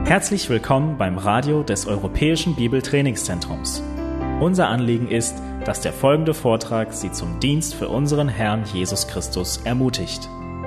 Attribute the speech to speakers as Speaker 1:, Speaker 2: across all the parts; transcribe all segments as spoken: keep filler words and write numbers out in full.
Speaker 1: Herzlich willkommen beim Radio des Europäischen Bibeltrainingszentrums. Unser Anliegen ist, dass der folgende Vortrag Sie zum Dienst für unseren Herrn Jesus Christus ermutigt.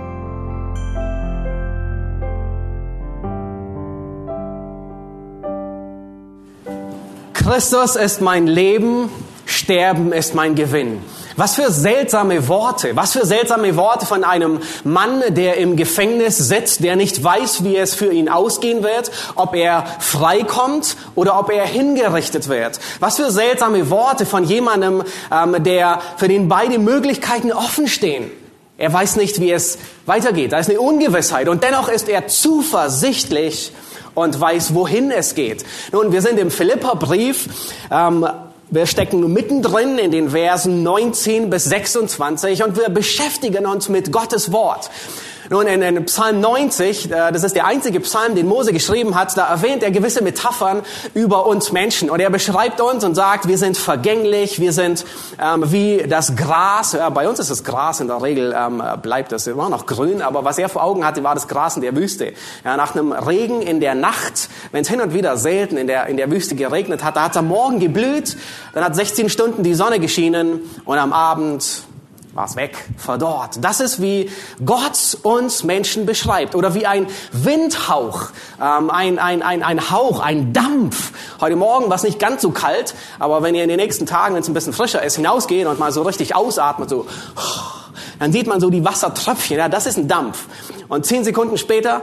Speaker 2: Christus ist mein Leben, Sterben ist mein Gewinn. Was für seltsame Worte, was für seltsame Worte von einem Mann, der im Gefängnis sitzt, der nicht weiß, wie es für ihn ausgehen wird, ob er freikommt oder ob er hingerichtet wird. Was für seltsame Worte von jemandem, ähm, der für den beide Möglichkeiten offen stehen. Er weiß nicht, wie es weitergeht. Da ist eine Ungewissheit und dennoch ist er zuversichtlich und weiß, wohin es geht. Nun, wir sind im Philipperbrief. Ähm, Wir stecken mittendrin in den Versen neunzehn bis sechsundzwanzig und wir beschäftigen uns mit Gottes Wort. Nun, in, in Psalm neunzig, das ist der einzige Psalm, den Mose geschrieben hat, da erwähnt er gewisse Metaphern über uns Menschen. Und er beschreibt uns und sagt, wir sind vergänglich, wir sind ähm, wie das Gras. Ja, bei uns ist das Gras in der Regel, ähm, bleibt das immer noch grün, aber was er vor Augen hatte, war das Gras in der Wüste. Ja, nach einem Regen in der Nacht, wenn es hin und wieder selten in der, in der Wüste geregnet hat, da hat es am Morgen geblüht, dann hat sechzehn Stunden die Sonne geschienen und am Abend war es weg, verdorrt. Das ist, wie Gott uns Menschen beschreibt. Oder wie ein Windhauch, ähm, ein, ein, ein, ein Hauch, ein Dampf. Heute Morgen war es nicht ganz so kalt, aber wenn ihr in den nächsten Tagen, wenn es ein bisschen frischer ist, hinausgeht und mal so richtig ausatmet, so, dann sieht man so die Wassertröpfchen. Ja, das ist ein Dampf. Und zehn Sekunden später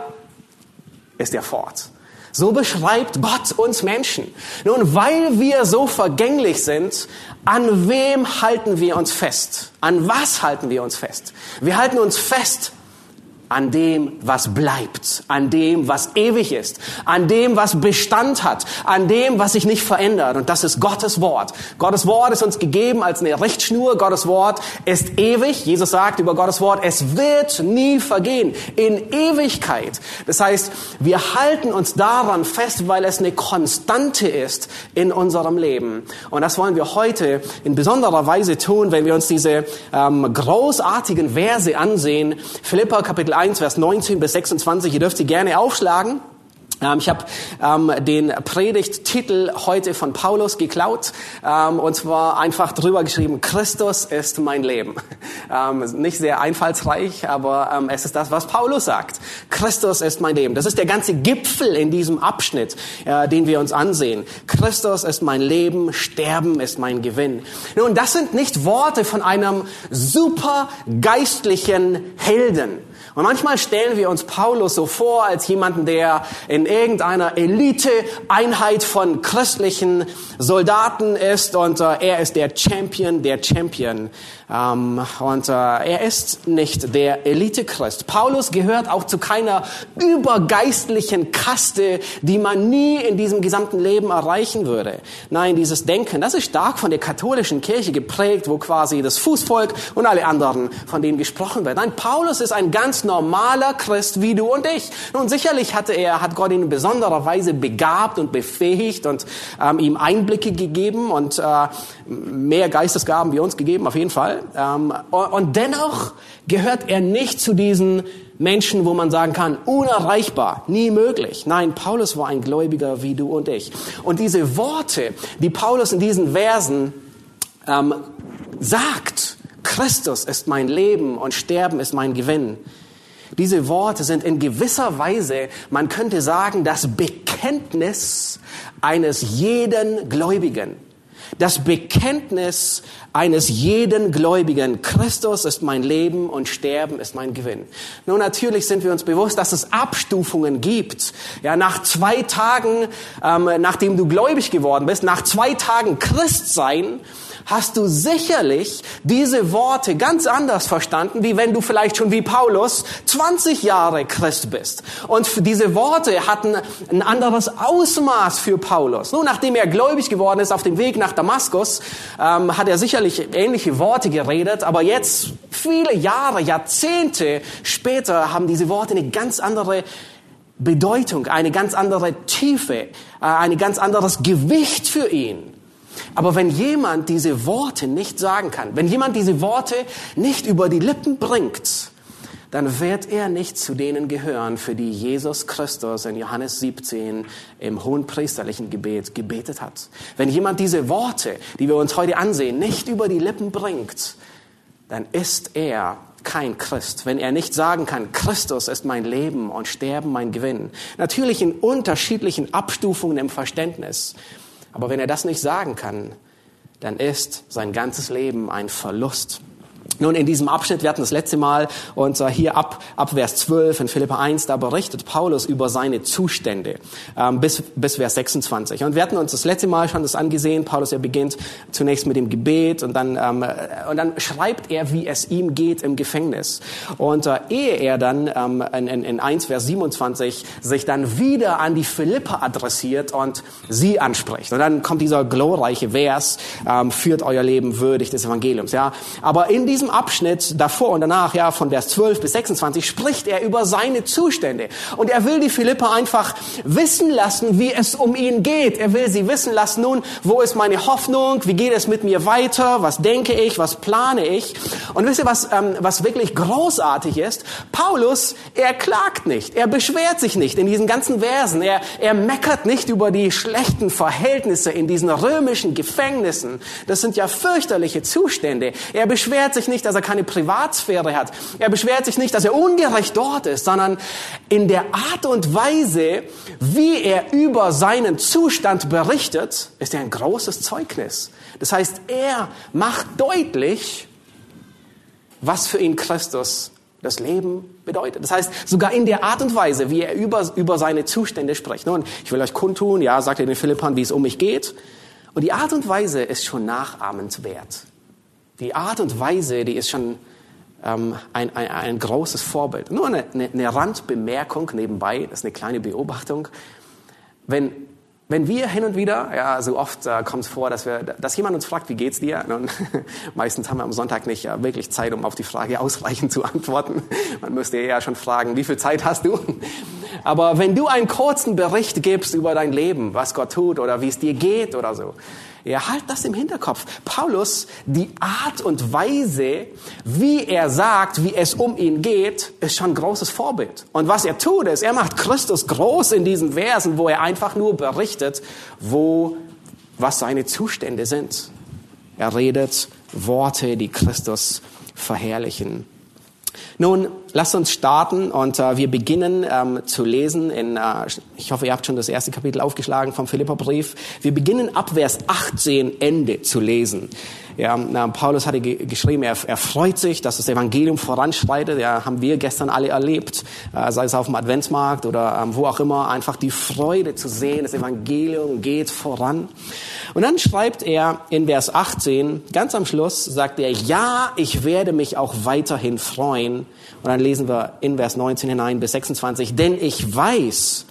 Speaker 2: ist er fort. So beschreibt Gott uns Menschen. Nun, weil wir so vergänglich sind, an wem halten wir uns fest? An was halten wir uns fest? Wir halten uns fest an dem, was bleibt, an dem, was ewig ist, an dem, was Bestand hat, an dem, was sich nicht verändert. Und das ist Gottes Wort. Gottes Wort ist uns gegeben als eine Richtschnur. Gottes Wort ist ewig. Jesus sagt über Gottes Wort, es wird nie vergehen, in Ewigkeit. Das heißt, wir halten uns daran fest, weil es eine Konstante ist in unserem Leben. Und das wollen wir heute in besonderer Weise tun, wenn wir uns diese ähm, großartigen Verse ansehen. Philipper Kapitel eins, Vers neunzehn bis sechsundzwanzig. Ihr dürft sie gerne aufschlagen. Ähm, ich habe ähm, den Predigttitel heute von Paulus geklaut ähm, und zwar einfach drüber geschrieben, Christus ist mein Leben. Ähm, nicht sehr einfallsreich, aber ähm, es ist das, was Paulus sagt. Christus ist mein Leben. Das ist der ganze Gipfel in diesem Abschnitt, äh, den wir uns ansehen. Christus ist mein Leben, Sterben ist mein Gewinn. Nun, das sind nicht Worte von einem super geistlichen Helden. Und manchmal stellen wir uns Paulus so vor als jemanden, der in irgendeiner Elite-Einheit von christlichen Soldaten ist und äh, er ist der Champion, der Champion. Ähm, und äh, er ist nicht der Elite-Christ. Paulus gehört auch zu keiner übergeistlichen Kaste, die man nie in diesem gesamten Leben erreichen würde. Nein, dieses Denken, das ist stark von der katholischen Kirche geprägt, wo quasi das Fußvolk und alle anderen, von denen gesprochen wird. Nein, Paulus ist ein ganz normaler Christ wie du und ich. Nun, sicherlich hatte er, hat Gott ihn in besonderer Weise begabt und befähigt und ähm, ihm Einblicke gegeben und äh, mehr Geistesgaben wie uns gegeben, auf jeden Fall. Ähm, und, und dennoch gehört er nicht zu diesen Menschen, wo man sagen kann, unerreichbar, nie möglich. Nein, Paulus war ein Gläubiger wie du und ich. Und diese Worte, die Paulus in diesen Versen ähm, sagt, Christus ist mein Leben und Sterben ist mein Gewinn. Diese Worte sind in gewisser Weise, man könnte sagen, das Bekenntnis eines jeden Gläubigen. Das Bekenntnis eines jeden Gläubigen. Christus ist mein Leben und Sterben ist mein Gewinn. Nun, natürlich sind wir uns bewusst, dass es Abstufungen gibt. Ja, nach zwei Tagen, ähm, nachdem du gläubig geworden bist, nach zwei Tagen Christsein, hast du sicherlich diese Worte ganz anders verstanden, wie wenn du vielleicht schon wie Paulus zwanzig Jahre Christ bist. Und diese Worte hatten ein anderes Ausmaß für Paulus. Nun, nachdem er gläubig geworden ist auf dem Weg nach Damaskus, ähm, hat er sicherlich ähnliche Worte geredet, aber jetzt, viele Jahre, Jahrzehnte später, haben diese Worte eine ganz andere Bedeutung, eine ganz andere Tiefe, äh, ein ganz anderes Gewicht für ihn. Aber wenn jemand diese Worte nicht sagen kann, wenn jemand diese Worte nicht über die Lippen bringt, dann wird er nicht zu denen gehören, für die Jesus Christus in Johannes siebzehn im hohenpriesterlichen Gebet gebetet hat. Wenn jemand diese Worte, die wir uns heute ansehen, nicht über die Lippen bringt, dann ist er kein Christ. Wenn er nicht sagen kann, Christus ist mein Leben und Sterben mein Gewinn. Natürlich in unterschiedlichen Abstufungen im Verständnis. Aber wenn er das nicht sagen kann, dann ist sein ganzes Leben ein Verlust. Nun, in diesem Abschnitt, wir hatten das letzte Mal, und hier ab, ab Vers zwölf in Philipper eins, da berichtet Paulus über seine Zustände, ähm, bis, bis Vers sechsundzwanzig. Und wir hatten uns das letzte Mal schon das angesehen. Paulus, er beginnt zunächst mit dem Gebet und dann, ähm, und dann schreibt er, wie es ihm geht im Gefängnis. Und äh, ehe er dann ähm, in, in, in eins Vers siebenundzwanzig sich dann wieder an die Philipper adressiert und sie anspricht. Und dann kommt dieser glorreiche Vers, ähm, führt euer Leben würdig des Evangeliums. Ja, aber in diesem Abschnitt davor und danach, ja, von Vers zwölf bis sechsundzwanzig, spricht er über seine Zustände. Und er will die Philipper einfach wissen lassen, wie es um ihn geht. Er will sie wissen lassen, nun, wo ist meine Hoffnung? Wie geht es mit mir weiter? Was denke ich? Was plane ich? Und wisst ihr, was, ähm, was wirklich großartig ist? Paulus, er klagt nicht. Er beschwert sich nicht in diesen ganzen Versen. Er, er meckert nicht über die schlechten Verhältnisse in diesen römischen Gefängnissen. Das sind ja fürchterliche Zustände. Er beschwert sich nicht, dass er keine Privatsphäre hat. Er beschwert sich nicht, dass er ungerecht dort ist, sondern in der Art und Weise, wie er über seinen Zustand berichtet, ist er ein großes Zeugnis. Das heißt, er macht deutlich, was für ihn Christus das Leben bedeutet. Das heißt, sogar in der Art und Weise, wie er über, über seine Zustände spricht. Nun, ich will euch kundtun, ja, sagt er den Philippern, wie es um mich geht. Und die Art und Weise ist schon nachahmenswert. Die Art und Weise, die ist schon ähm, ein, ein, ein großes Vorbild. Nur eine, eine, eine Randbemerkung nebenbei, das ist eine kleine Beobachtung. Wenn, wenn wir hin und wieder, ja, so oft äh, kommt es vor, dass, wir, dass jemand uns fragt, wie geht's dir? Und meistens haben wir am Sonntag nicht äh, wirklich Zeit, um auf die Frage ausreichend zu antworten. Man müsste ja schon fragen, wie viel Zeit hast du? Aber wenn du einen kurzen Bericht gibst über dein Leben, was Gott tut oder wie es dir geht oder so, ja, halt das im Hinterkopf. Paulus, die Art und Weise, wie er sagt, wie es um ihn geht, ist schon ein großes Vorbild. Und was er tut, ist, er macht Christus groß in diesen Versen, wo er einfach nur berichtet, wo, was seine Zustände sind. Er redet Worte, die Christus verherrlichen. Nun, lasst uns starten und äh, wir beginnen ähm, zu lesen in, äh, ich hoffe, ihr habt schon das erste Kapitel aufgeschlagen vom Philipperbrief. Wir beginnen ab Vers achtzehn Ende zu lesen. Ja, äh, Paulus hatte ge- geschrieben, er, er freut sich, dass das Evangelium voranschreitet. Ja, haben wir gestern alle erlebt, äh, sei es auf dem Adventsmarkt oder ähm, wo auch immer, einfach die Freude zu sehen, das Evangelium geht voran. Und dann schreibt er in Vers achtzehn, ganz am Schluss, sagt er, ja, ich werde mich auch weiterhin freuen. Und dann lesen wir in Vers neunzehn hinein bis sechsundzwanzig, denn ich weiß,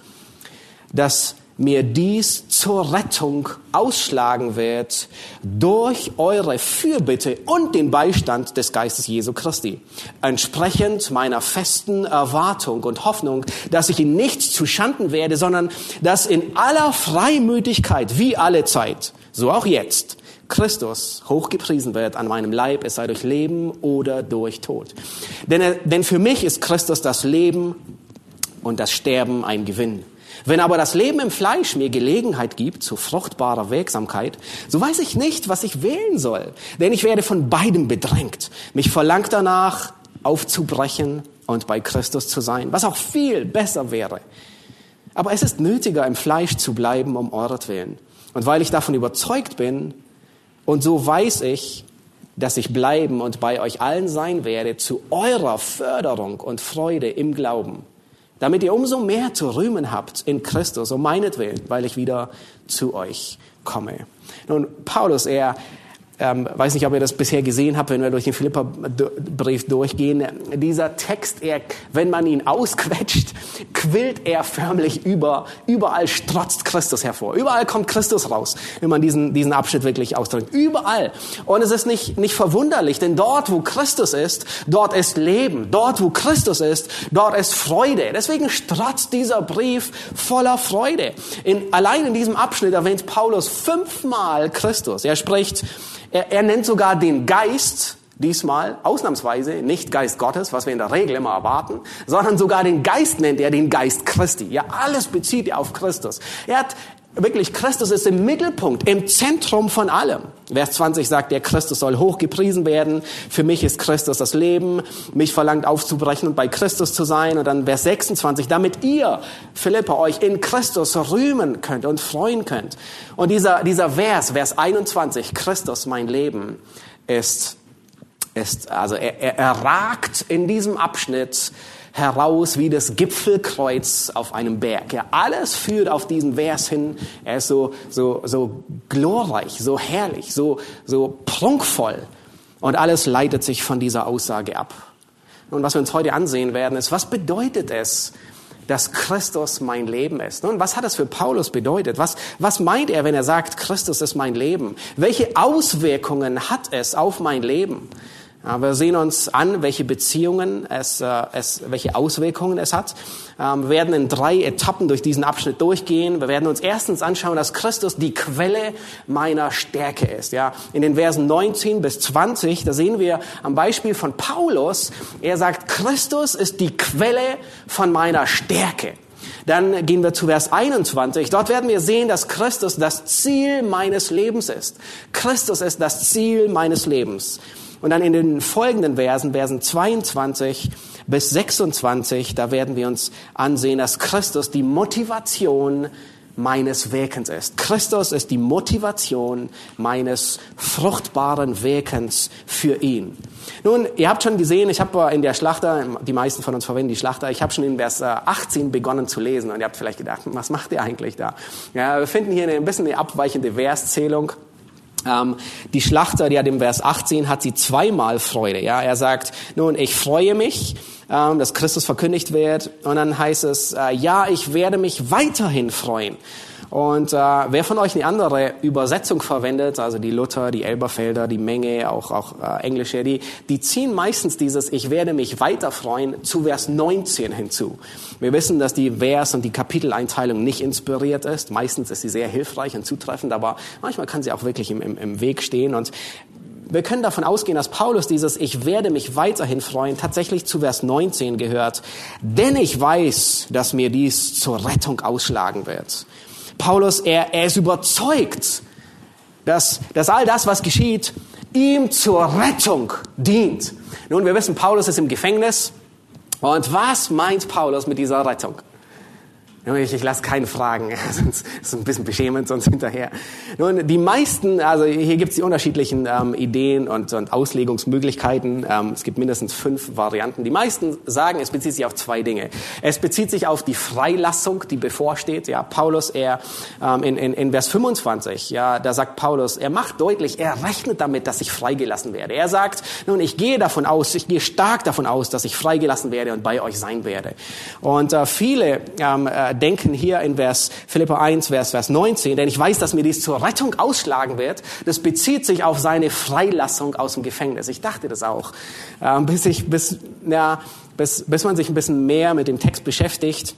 Speaker 2: dass mir dies zur Rettung ausschlagen wird durch eure Fürbitte und den Beistand des Geistes Jesu Christi. Entsprechend meiner festen Erwartung und Hoffnung, dass ich in nichts zuschanden werde, sondern dass in aller Freimütigkeit, wie alle Zeit, so auch jetzt, Christus hochgepriesen wird an meinem Leib, es sei durch Leben oder durch Tod. Denn, er, denn für mich ist Christus das Leben und das Sterben ein Gewinn. Wenn aber das Leben im Fleisch mir Gelegenheit gibt zu fruchtbarer Wirksamkeit, so weiß ich nicht, was ich wählen soll. Denn ich werde von beidem bedrängt. Mich verlangt danach, aufzubrechen und bei Christus zu sein, was auch viel besser wäre. Aber es ist nötiger, im Fleisch zu bleiben, um euretwillen. Und weil ich davon überzeugt bin, und so weiß ich, dass ich bleiben und bei euch allen sein werde, zu eurer Förderung und Freude im Glauben, damit ihr umso mehr zu rühmen habt in Christus, um meinetwillen, weil ich wieder zu euch komme. Nun, Paulus, er ähm, weiß nicht, ob ihr das bisher gesehen habt, wenn wir durch den Philipperbrief durchgehen. Dieser Text, er, wenn man ihn ausquetscht, quillt er förmlich über. Überall strotzt Christus hervor. Überall kommt Christus raus, wenn man diesen, diesen Abschnitt wirklich ausdrückt. Überall. Und es ist nicht, nicht verwunderlich, denn dort, wo Christus ist, dort ist Leben. Dort, wo Christus ist, dort ist Freude. Deswegen strotzt dieser Brief voller Freude. In, allein in diesem Abschnitt erwähnt Paulus fünfmal Christus. Er spricht, er, er nennt sogar den Geist Diesmal ausnahmsweise nicht Geist Gottes, was wir in der Regel immer erwarten, sondern sogar den Geist nennt er den Geist Christi. Ja, alles bezieht er auf Christus. Er hat wirklich, Christus ist im Mittelpunkt, im Zentrum von allem. Vers zwanzig sagt, der Christus soll hochgepriesen werden. Für mich ist Christus das Leben. Mich verlangt aufzubrechen und bei Christus zu sein. Und dann Vers sechsundzwanzig, damit ihr, Philipper, euch in Christus rühmen könnt und freuen könnt. Und dieser, dieser Vers, Vers einundzwanzig, Christus, mein Leben, ist Ist, also er, er, er ragt in diesem Abschnitt heraus wie das Gipfelkreuz auf einem Berg. Ja, alles führt auf diesen Vers hin. Er ist so, so, so glorreich, so herrlich, so, so prunkvoll. Und alles leitet sich von dieser Aussage ab. Und was wir uns heute ansehen werden, ist, was bedeutet es, dass Christus mein Leben ist? Nun, was hat das für Paulus bedeutet? Was, was meint er, wenn er sagt, Christus ist mein Leben? Welche Auswirkungen hat es auf mein Leben? Ja, wir sehen uns an, welche Beziehungen es, äh, es, welche Auswirkungen es hat. Ähm, wir werden in drei Etappen durch diesen Abschnitt durchgehen. Wir werden uns erstens anschauen, dass Christus die Quelle meiner Stärke ist. Ja, in den Versen neunzehn bis zwanzig, da sehen wir am Beispiel von Paulus, er sagt, Christus ist die Quelle von meiner Stärke. Dann gehen wir zu Vers einundzwanzig. Dort werden wir sehen, dass Christus das Ziel meines Lebens ist. Christus ist das Ziel meines Lebens. Und dann in den folgenden Versen, Versen zweiundzwanzig bis sechsundzwanzig, da werden wir uns ansehen, dass Christus die Motivation meines Wirkens ist. Christus ist die Motivation meines fruchtbaren Wirkens für ihn. Nun, ihr habt schon gesehen, ich habe in der Schlachter, die meisten von uns verwenden die Schlachter, ich habe schon in Vers achtzehn begonnen zu lesen und ihr habt vielleicht gedacht, was macht ihr eigentlich da? Ja, wir finden hier ein bisschen eine abweichende Verszählung. Ähm, die Schlachter, die hat im Vers achtzehn, hat sie zweimal Freude. Ja, er sagt, nun, ich freue mich, ähm, dass Christus verkündigt wird. Und dann heißt es, äh, ja, ich werde mich weiterhin freuen. Und äh, wer von euch eine andere Übersetzung verwendet, also die Luther, die Elberfelder, die Menge, auch auch äh, Englische, die die ziehen meistens dieses Ich werde mich weiter freuen zu Vers neunzehn hinzu. Wir wissen, dass die Vers- und die Kapiteleinteilung nicht inspiriert ist. Meistens ist sie sehr hilfreich und zutreffend, aber manchmal kann sie auch wirklich im, im, im Weg stehen. Und wir können davon ausgehen, dass Paulus dieses Ich werde mich weiterhin freuen tatsächlich zu Vers neunzehn gehört. Denn ich weiß, dass mir dies zur Rettung ausschlagen wird. Paulus, er, er ist überzeugt, dass, dass all das, was geschieht, ihm zur Rettung dient. Nun, wir wissen, Paulus ist im Gefängnis. Und was meint Paulus mit dieser Rettung? Ich, ich lasse keinen fragen, sonst ist es ein bisschen beschämend, sonst hinterher. Nun, die meisten, also hier gibt es die unterschiedlichen ähm, Ideen und, und Auslegungsmöglichkeiten. Ähm, es gibt mindestens fünf Varianten. Die meisten sagen, es bezieht sich auf zwei Dinge. Es bezieht sich auf die Freilassung, die bevorsteht. Ja, Paulus, er ähm, in, in, in Vers fünfundzwanzig, ja, da sagt Paulus, er macht deutlich, er rechnet damit, dass ich freigelassen werde. Er sagt, nun, ich gehe davon aus, ich gehe stark davon aus, dass ich freigelassen werde und bei euch sein werde. Und äh, viele ähm, äh, denken hier in Vers Philipper eins, Vers, Vers neunzehn, denn ich weiß, dass mir dies zur Rettung ausschlagen wird. Das bezieht sich auf seine Freilassung aus dem Gefängnis. Ich dachte das auch, ähm, bis ich, bis, ja, bis, bis man sich ein bisschen mehr mit dem Text beschäftigt.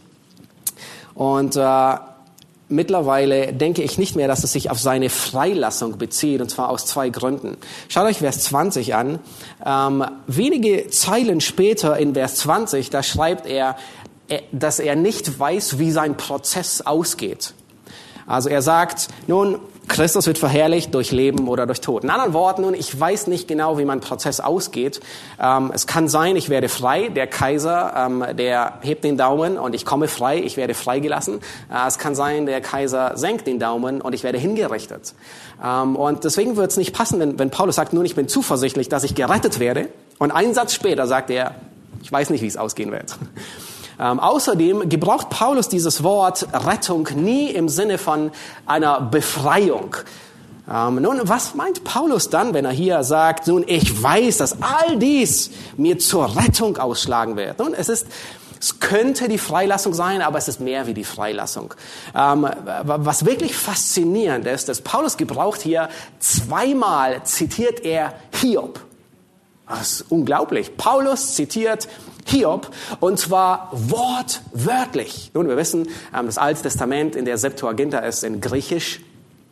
Speaker 2: Und äh, mittlerweile denke ich nicht mehr, dass es sich auf seine Freilassung bezieht, und zwar aus zwei Gründen. Schaut euch Vers zwanzig an. Ähm, wenige Zeilen später in Vers zwanzig, da schreibt er, dass er nicht weiß, wie sein Prozess ausgeht. Also er sagt, nun, Christus wird verherrlicht durch Leben oder durch Tod. In anderen Worten, nun, ich weiß nicht genau, wie mein Prozess ausgeht. Ähm, es kann sein, ich werde frei. Der Kaiser, ähm, der hebt den Daumen und ich komme frei. Ich werde freigelassen. Äh, es kann sein, der Kaiser senkt den Daumen und ich werde hingerichtet. Ähm, und deswegen wird es nicht passen, wenn, wenn Paulus sagt, nun, ich bin zuversichtlich, dass ich gerettet werde. Und einen Satz später sagt er, ich weiß nicht, wie es ausgehen wird. Ähm, außerdem gebraucht Paulus dieses Wort Rettung nie im Sinne von einer Befreiung. Ähm, nun, was meint Paulus dann, wenn er hier sagt, nun, ich weiß, dass all dies mir zur Rettung ausschlagen wird? Nun, es ist, es könnte die Freilassung sein, aber es ist mehr wie die Freilassung. Ähm, was wirklich faszinierend ist, dass Paulus gebraucht hier, zweimal zitiert er Hiob. Das ist unglaublich. Paulus zitiert Hiob, und zwar wortwörtlich. Nun, wir wissen, das Alte Testament in der Septuaginta ist in Griechisch.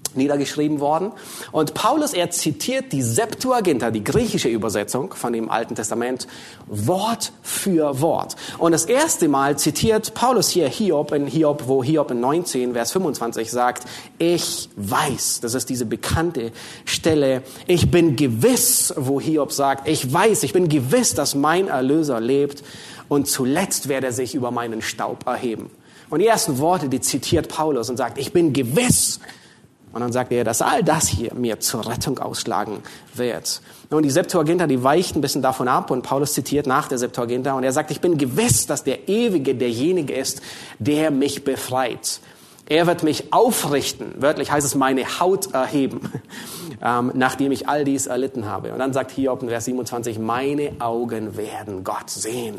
Speaker 2: niedergeschrieben worden. Und Paulus, er zitiert die Septuaginta, die griechische Übersetzung von dem Alten Testament, Wort für Wort. Und das erste Mal zitiert Paulus hier Hiob, in Hiob, wo Hiob in neunzehn, Vers fünfundzwanzig sagt, ich weiß, das ist diese bekannte Stelle, ich bin gewiss, wo Hiob sagt, ich weiß, ich bin gewiss, dass mein Erlöser lebt und zuletzt werde er sich über meinen Staub erheben. Und die ersten Worte, die zitiert Paulus und sagt, ich bin gewiss. Und dann sagt er, dass all das hier mir zur Rettung ausschlagen wird. Nun, die Septuaginta, die weicht ein bisschen davon ab und Paulus zitiert nach der Septuaginta und er sagt, ich bin gewiss, dass der Ewige derjenige ist, der mich befreit. Er wird mich aufrichten, wörtlich heißt es, meine Haut erheben, ähm, nachdem ich all dies erlitten habe. Und dann sagt Hiob in Vers siebenundzwanzig, meine Augen werden Gott sehen.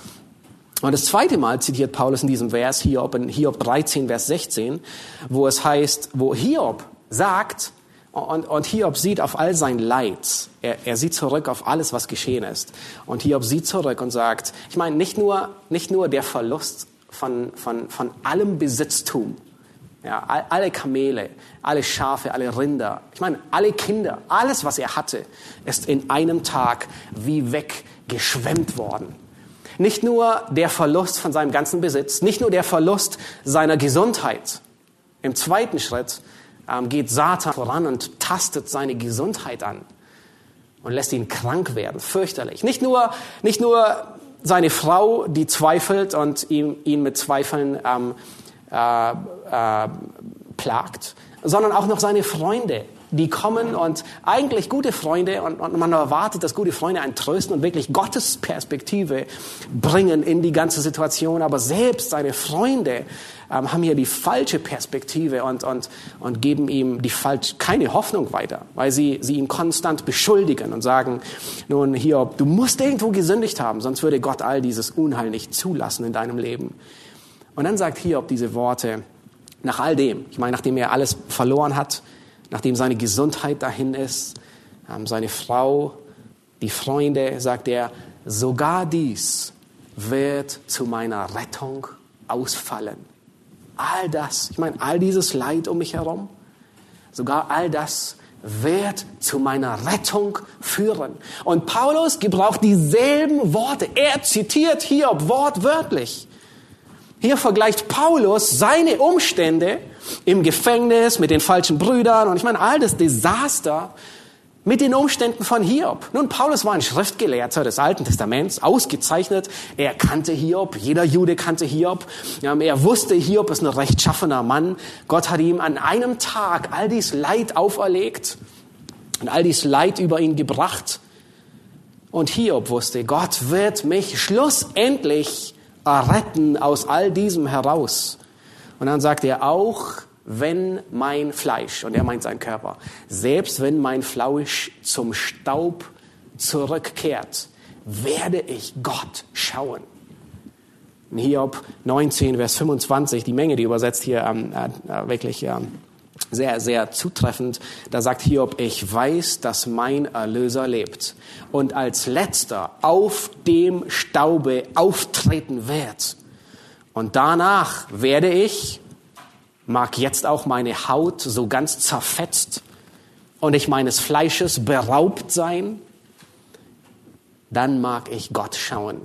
Speaker 2: Und das zweite Mal zitiert Paulus in diesem Vers Hiob, in Hiob dreizehn, Vers sechzehn, wo es heißt, wo Hiob sagt, und, und Hiob sieht auf all sein Leid, er, er sieht zurück auf alles, was geschehen ist. Und Hiob sieht zurück und sagt, ich meine, nicht nur, nicht nur der Verlust von, von, von allem Besitztum, ja, all, alle Kamele, alle Schafe, alle Rinder, ich meine, alle Kinder, alles, was er hatte, ist in einem Tag wie weggeschwemmt worden. Nicht nur der Verlust von seinem ganzen Besitz, nicht nur der Verlust seiner Gesundheit. Im zweiten Schritt ähm, geht Satan voran und tastet seine Gesundheit an und lässt ihn krank werden, fürchterlich. Nicht nur, nicht nur seine Frau, die zweifelt und ihn, ihn mit Zweifeln ähm, äh, äh, plagt, sondern auch noch seine Freunde, die kommen und eigentlich gute Freunde und, und man erwartet, dass gute Freunde einen trösten und wirklich Gottes Perspektive bringen in die ganze Situation. Aber selbst seine Freunde ähm, haben hier die falsche Perspektive und, und, und geben ihm die falsch, keine Hoffnung weiter, weil sie, sie ihn konstant beschuldigen und sagen, nun Hiob, du musst irgendwo gesündigt haben, sonst würde Gott all dieses Unheil nicht zulassen in deinem Leben. Und dann sagt Hiob diese Worte, nach all dem, ich meine, nachdem er alles verloren hat, nachdem seine Gesundheit dahin ist, seine Frau, die Freunde, sagt er, sogar dies wird zu meiner Rettung ausfallen. All das, ich meine, all dieses Leid um mich herum, sogar all das wird zu meiner Rettung führen. Und Paulus gebraucht dieselben Worte. Er zitiert Hiob wortwörtlich. Hier vergleicht Paulus seine Umstände im Gefängnis mit den falschen Brüdern und ich meine all das Desaster mit den Umständen von Hiob. Nun, Paulus war ein Schriftgelehrter des Alten Testaments, ausgezeichnet. Er kannte Hiob, jeder Jude kannte Hiob. Er wusste, Hiob ist ein rechtschaffener Mann. Gott hat ihm an einem Tag all dies Leid auferlegt und all dies Leid über ihn gebracht. Und Hiob wusste, Gott wird mich schlussendlich retten aus all diesem heraus. Und dann sagt er, auch wenn mein Fleisch, und er meint seinen Körper, selbst wenn mein Fleisch zum Staub zurückkehrt, werde ich Gott schauen. In Hiob neunzehn, Vers fünfundzwanzig, die Menge, die übersetzt hier ähm, äh, wirklich äh, sehr, sehr zutreffend. Da sagt Hiob, ich weiß, dass mein Erlöser lebt und als Letzter auf dem Staube auftreten wird. Und danach werde ich, mag jetzt auch meine Haut so ganz zerfetzt und ich meines Fleisches beraubt sein, dann mag ich Gott schauen,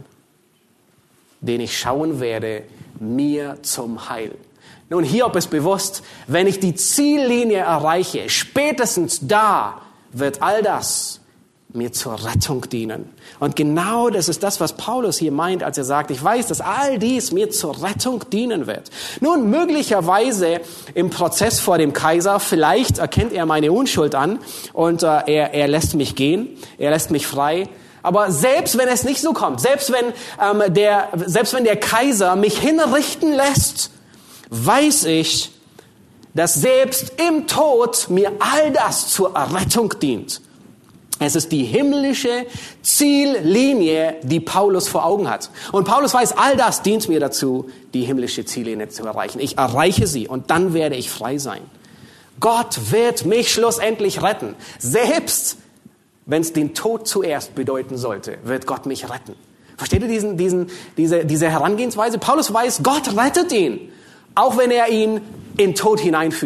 Speaker 2: den ich schauen werde, mir zum Heil. Nun, Hiob ist bewusst, wenn ich die Ziellinie erreiche, spätestens da wird all das mir zur Rettung dienen. Und genau das ist das, was Paulus hier meint, als er sagt, ich weiß, dass all dies mir zur Rettung dienen wird. Nun, möglicherweise im Prozess vor dem Kaiser, vielleicht erkennt er meine Unschuld an und äh, er, er lässt mich gehen, er lässt mich frei. Aber selbst wenn es nicht so kommt, selbst wenn, ähm, der, selbst wenn der Kaiser mich hinrichten lässt, weiß ich, dass selbst im Tod mir all das zur Errettung dient. Es ist die himmlische Ziellinie, die Paulus vor Augen hat. Und Paulus weiß, all das dient mir dazu, die himmlische Ziellinie zu erreichen. Ich erreiche sie und dann werde ich frei sein. Gott wird mich schlussendlich retten. Selbst wenn es den Tod zuerst bedeuten sollte, wird Gott mich retten. Versteht ihr diesen, diesen, diese, diese Herangehensweise? Paulus weiß, Gott rettet ihn, auch wenn er ihn in Tod hineinführt.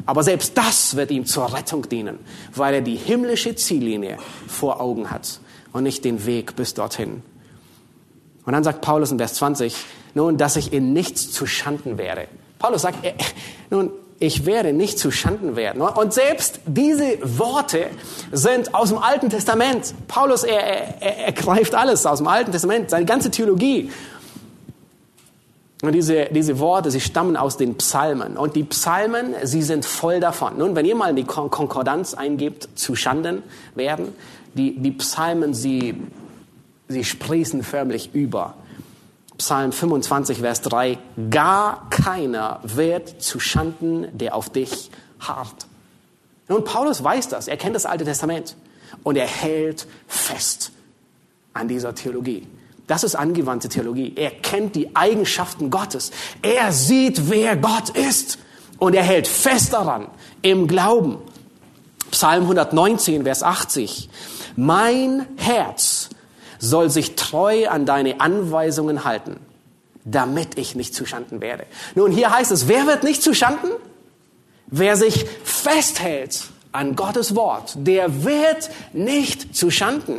Speaker 2: Aber selbst das wird ihm zur Rettung dienen, weil er die himmlische Ziellinie vor Augen hat und nicht den Weg bis dorthin. Und dann sagt Paulus in Vers zwanzig, nun, dass ich in nichts zu Schanden werde. Paulus sagt, äh, nun, ich werde nicht zu Schanden werden. Und selbst diese Worte sind aus dem Alten Testament. Paulus, er, er, er greift alles aus dem Alten Testament, seine ganze Theologie. Und diese, diese Worte, sie stammen aus den Psalmen. Und die Psalmen, sie sind voll davon. Nun, wenn ihr mal in die Kon- Konkordanz eingebt, zu Schanden werden, die, die Psalmen, sie, sie sprießen förmlich über. Psalm fünfundzwanzig, Vers drei, gar keiner wird zu Schanden, der auf dich harrt. Und Paulus weiß das, er kennt das Alte Testament und er hält fest an dieser Theologie. Das ist angewandte Theologie. Er kennt die Eigenschaften Gottes. Er sieht, wer Gott ist und er hält fest daran im Glauben. Psalm hundertneunzehn, Vers achtzig, mein Herz soll sich treu an deine Anweisungen halten, damit ich nicht zuschanden werde. Nun, hier heißt es, wer wird nicht zuschanden? Wer sich festhält an Gottes Wort, der wird nicht zuschanden.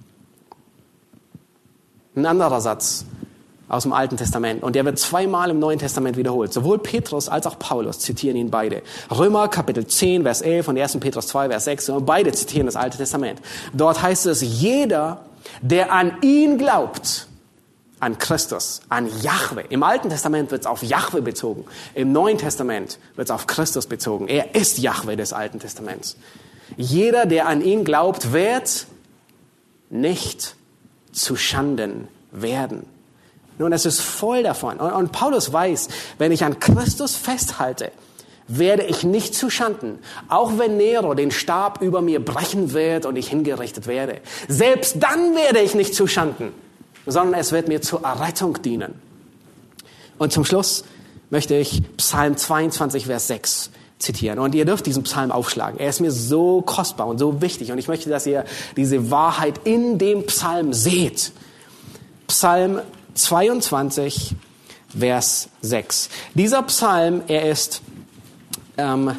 Speaker 2: Ein anderer Satz aus dem Alten Testament, und der wird zweimal im Neuen Testament wiederholt. Sowohl Petrus als auch Paulus zitieren ihn beide. Römer Kapitel zehn, Vers elf und erster Petrus zwei, Vers sechs, und beide zitieren das Alte Testament. Dort heißt es, jeder, der an ihn glaubt, an Christus, an Jahwe. Im Alten Testament wird es auf Jahwe bezogen. Im Neuen Testament wird es auf Christus bezogen. Er ist Jahwe des Alten Testaments. Jeder, der an ihn glaubt, wird nicht zu Schanden werden. Nun, es ist voll davon. Und, und Paulus weiß, wenn ich an Christus festhalte, werde ich nicht zu Schanden, auch wenn Nero den Stab über mir brechen wird und ich hingerichtet werde. Selbst dann werde ich nicht zu Schanden, sondern es wird mir zur Errettung dienen. Und zum Schluss möchte ich Psalm zweiundzwanzig, Vers sechs zitieren. Und ihr dürft diesen Psalm aufschlagen. Er ist mir so kostbar und so wichtig. Und ich möchte, dass ihr diese Wahrheit in dem Psalm seht. Psalm zweiundzwanzig, Vers sechs. Dieser Psalm, er ist Ähm,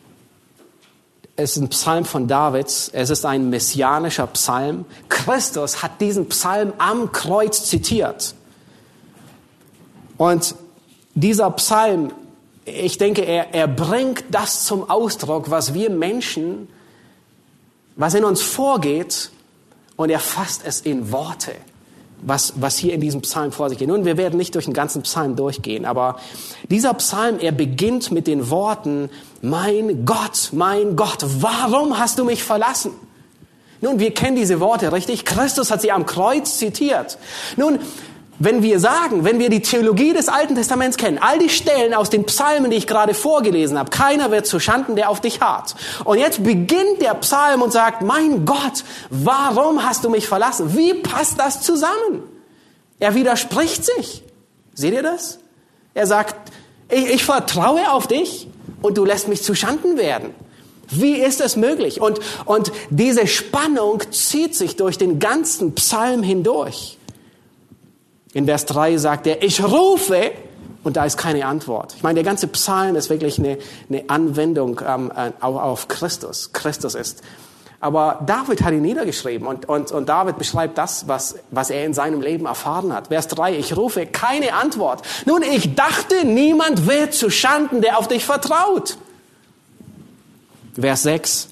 Speaker 2: es ist ein Psalm von Davids. Es ist ein messianischer Psalm. Christus hat diesen Psalm am Kreuz zitiert. Und dieser Psalm, ich denke, er, er bringt das zum Ausdruck, was wir Menschen, was in uns vorgeht, und er fasst es in Worte. Was, was hier in diesem Psalm vor sich geht. Nun, wir werden nicht durch den ganzen Psalm durchgehen, aber dieser Psalm, er beginnt mit den Worten, mein Gott, mein Gott, warum hast du mich verlassen? Nun, wir kennen diese Worte, richtig? Christus hat sie am Kreuz zitiert. Nun, wenn wir sagen, wenn wir die Theologie des Alten Testaments kennen, all die Stellen aus den Psalmen, die ich gerade vorgelesen habe, keiner wird zu Schanden, der auf dich harrt. Und jetzt beginnt der Psalm und sagt, mein Gott, warum hast du mich verlassen? Wie passt das zusammen? Er widerspricht sich. Seht ihr das? Er sagt, ich, ich vertraue auf dich und du lässt mich zu Schanden werden. Wie ist es möglich? Und, und diese Spannung zieht sich durch den ganzen Psalm hindurch. In Vers drei sagt er, ich rufe, und da ist keine Antwort. Ich meine, der ganze Psalm ist wirklich eine, eine Anwendung ähm, auf, auf Christus. Christus ist. Aber David hat ihn niedergeschrieben und, und, und David beschreibt das, was, was er in seinem Leben erfahren hat. Vers drei, ich rufe, keine Antwort. Nun, ich dachte, niemand wird zu Schanden, der auf dich vertraut. Vers sechs,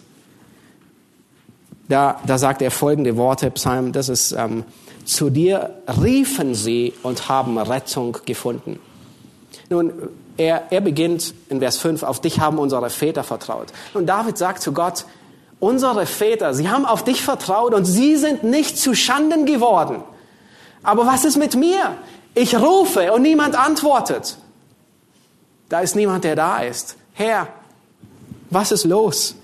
Speaker 2: da, da sagt er folgende Worte, Psalm, das ist... Ähm, zu dir riefen sie und haben Rettung gefunden. Nun, er, er beginnt in Vers fünf, auf dich haben unsere Väter vertraut. Und David sagt zu Gott, unsere Väter, sie haben auf dich vertraut und sie sind nicht zu Schanden geworden. Aber was ist mit mir? Ich rufe und niemand antwortet. Da ist niemand, der da ist. Herr, was ist los?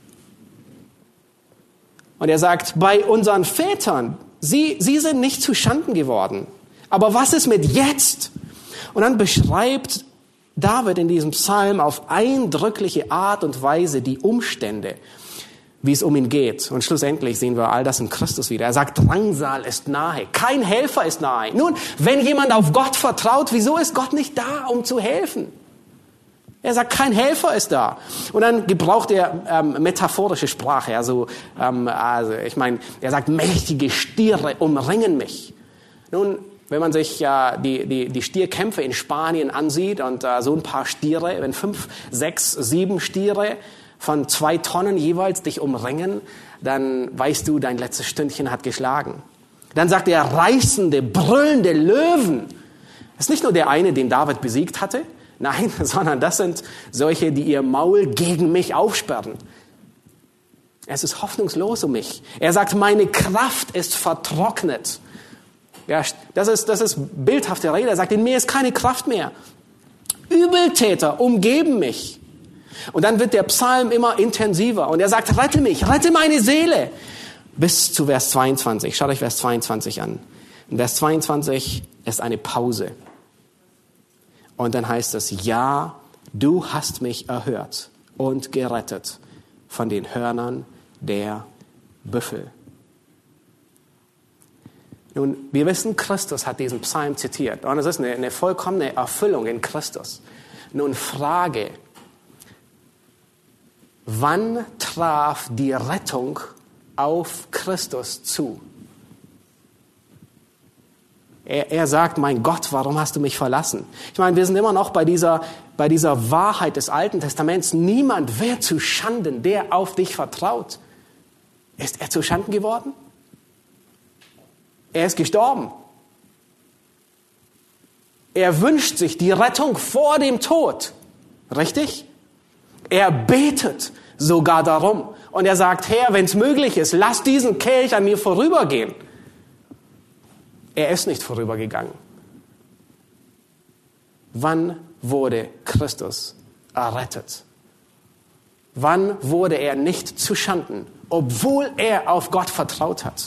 Speaker 2: Und er sagt, bei unseren Vätern, Sie, sie sind nicht zu Schanden geworden. Aber was ist mit jetzt? Und dann beschreibt David in diesem Psalm auf eindrückliche Art und Weise die Umstände, wie es um ihn geht. Und schlussendlich sehen wir all das in Christus wieder. Er sagt, Drangsal ist nahe. Kein Helfer ist nahe. Nun, wenn jemand auf Gott vertraut, wieso ist Gott nicht da, um zu helfen? Er sagt, kein Helfer ist da. Und dann gebraucht er ähm, metaphorische Sprache. Also, ähm, also ich meine, er sagt, mächtige Stiere umringen mich. Nun, wenn man sich äh, die, die, die Stierkämpfe in Spanien ansieht und äh, so ein paar Stiere, wenn fünf, sechs, sieben Stiere von zwei Tonnen jeweils dich umringen, dann weißt du, dein letztes Stündchen hat geschlagen. Dann sagt er, reißende, brüllende Löwen. Das ist nicht nur der eine, den David besiegt hatte, nein, sondern das sind solche, die ihr Maul gegen mich aufsperren. Es ist hoffnungslos um mich. Er sagt, meine Kraft ist vertrocknet. Ja, das ist, das ist bildhafte Rede. Er sagt, in mir ist keine Kraft mehr. Übeltäter umgeben mich. Und dann wird der Psalm immer intensiver. Und er sagt, rette mich, rette meine Seele. Bis zu Vers zweiundzwanzig. Schaut euch Vers zweiundzwanzig an. In Vers zweiundzwanzig ist eine Pause. Und dann heißt es, ja, du hast mich erhört und gerettet von den Hörnern der Büffel. Nun, wir wissen, Christus hat diesen Psalm zitiert. Und es ist eine, eine vollkommene Erfüllung in Christus. Nun, Frage, wann traf die Rettung auf Christus zu? Er, er sagt, mein Gott, warum hast du mich verlassen? Ich meine, wir sind immer noch bei dieser, bei dieser Wahrheit des Alten Testaments. Niemand wird zu Schanden, der auf dich vertraut. Ist er zu Schanden geworden? Er ist gestorben. Er wünscht sich die Rettung vor dem Tod. Richtig? Er betet sogar darum. Und er sagt, Herr, wenn es möglich ist, lass diesen Kelch an mir vorübergehen. Er ist nicht vorübergegangen. Wann wurde Christus errettet? Wann wurde er nicht zu Schanden, obwohl er auf Gott vertraut hat?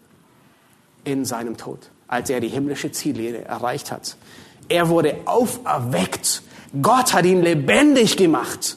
Speaker 2: In seinem Tod, als er die himmlische Ziellinie erreicht hat. Er wurde auferweckt. Gott hat ihn lebendig gemacht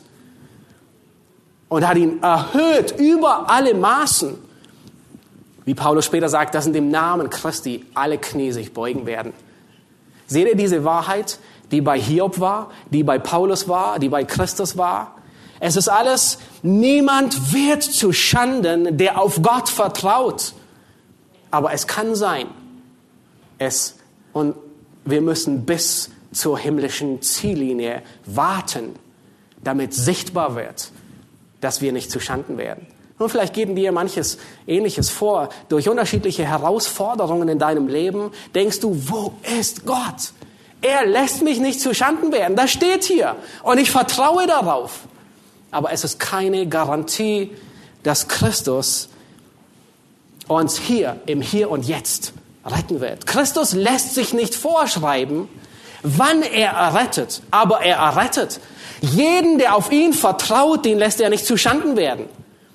Speaker 2: und hat ihn erhöht über alle Maßen. Wie Paulus später sagt, dass in dem Namen Christi alle Knie sich beugen werden. Seht ihr diese Wahrheit, die bei Hiob war, die bei Paulus war, die bei Christus war? Es ist alles, niemand wird zu Schanden, der auf Gott vertraut. Aber es kann sein, es, und wir müssen bis zur himmlischen Ziellinie warten, damit sichtbar wird, dass wir nicht zu Schanden werden. Und vielleicht geht dir manches Ähnliches vor. Durch unterschiedliche Herausforderungen in deinem Leben denkst du, wo ist Gott? Er lässt mich nicht zu Schanden werden. Das steht hier. Und ich vertraue darauf. Aber es ist keine Garantie, dass Christus uns hier, im Hier und Jetzt retten wird. Christus lässt sich nicht vorschreiben, wann er errettet. Aber er errettet. Jeden, der auf ihn vertraut, den lässt er nicht zu Schanden werden.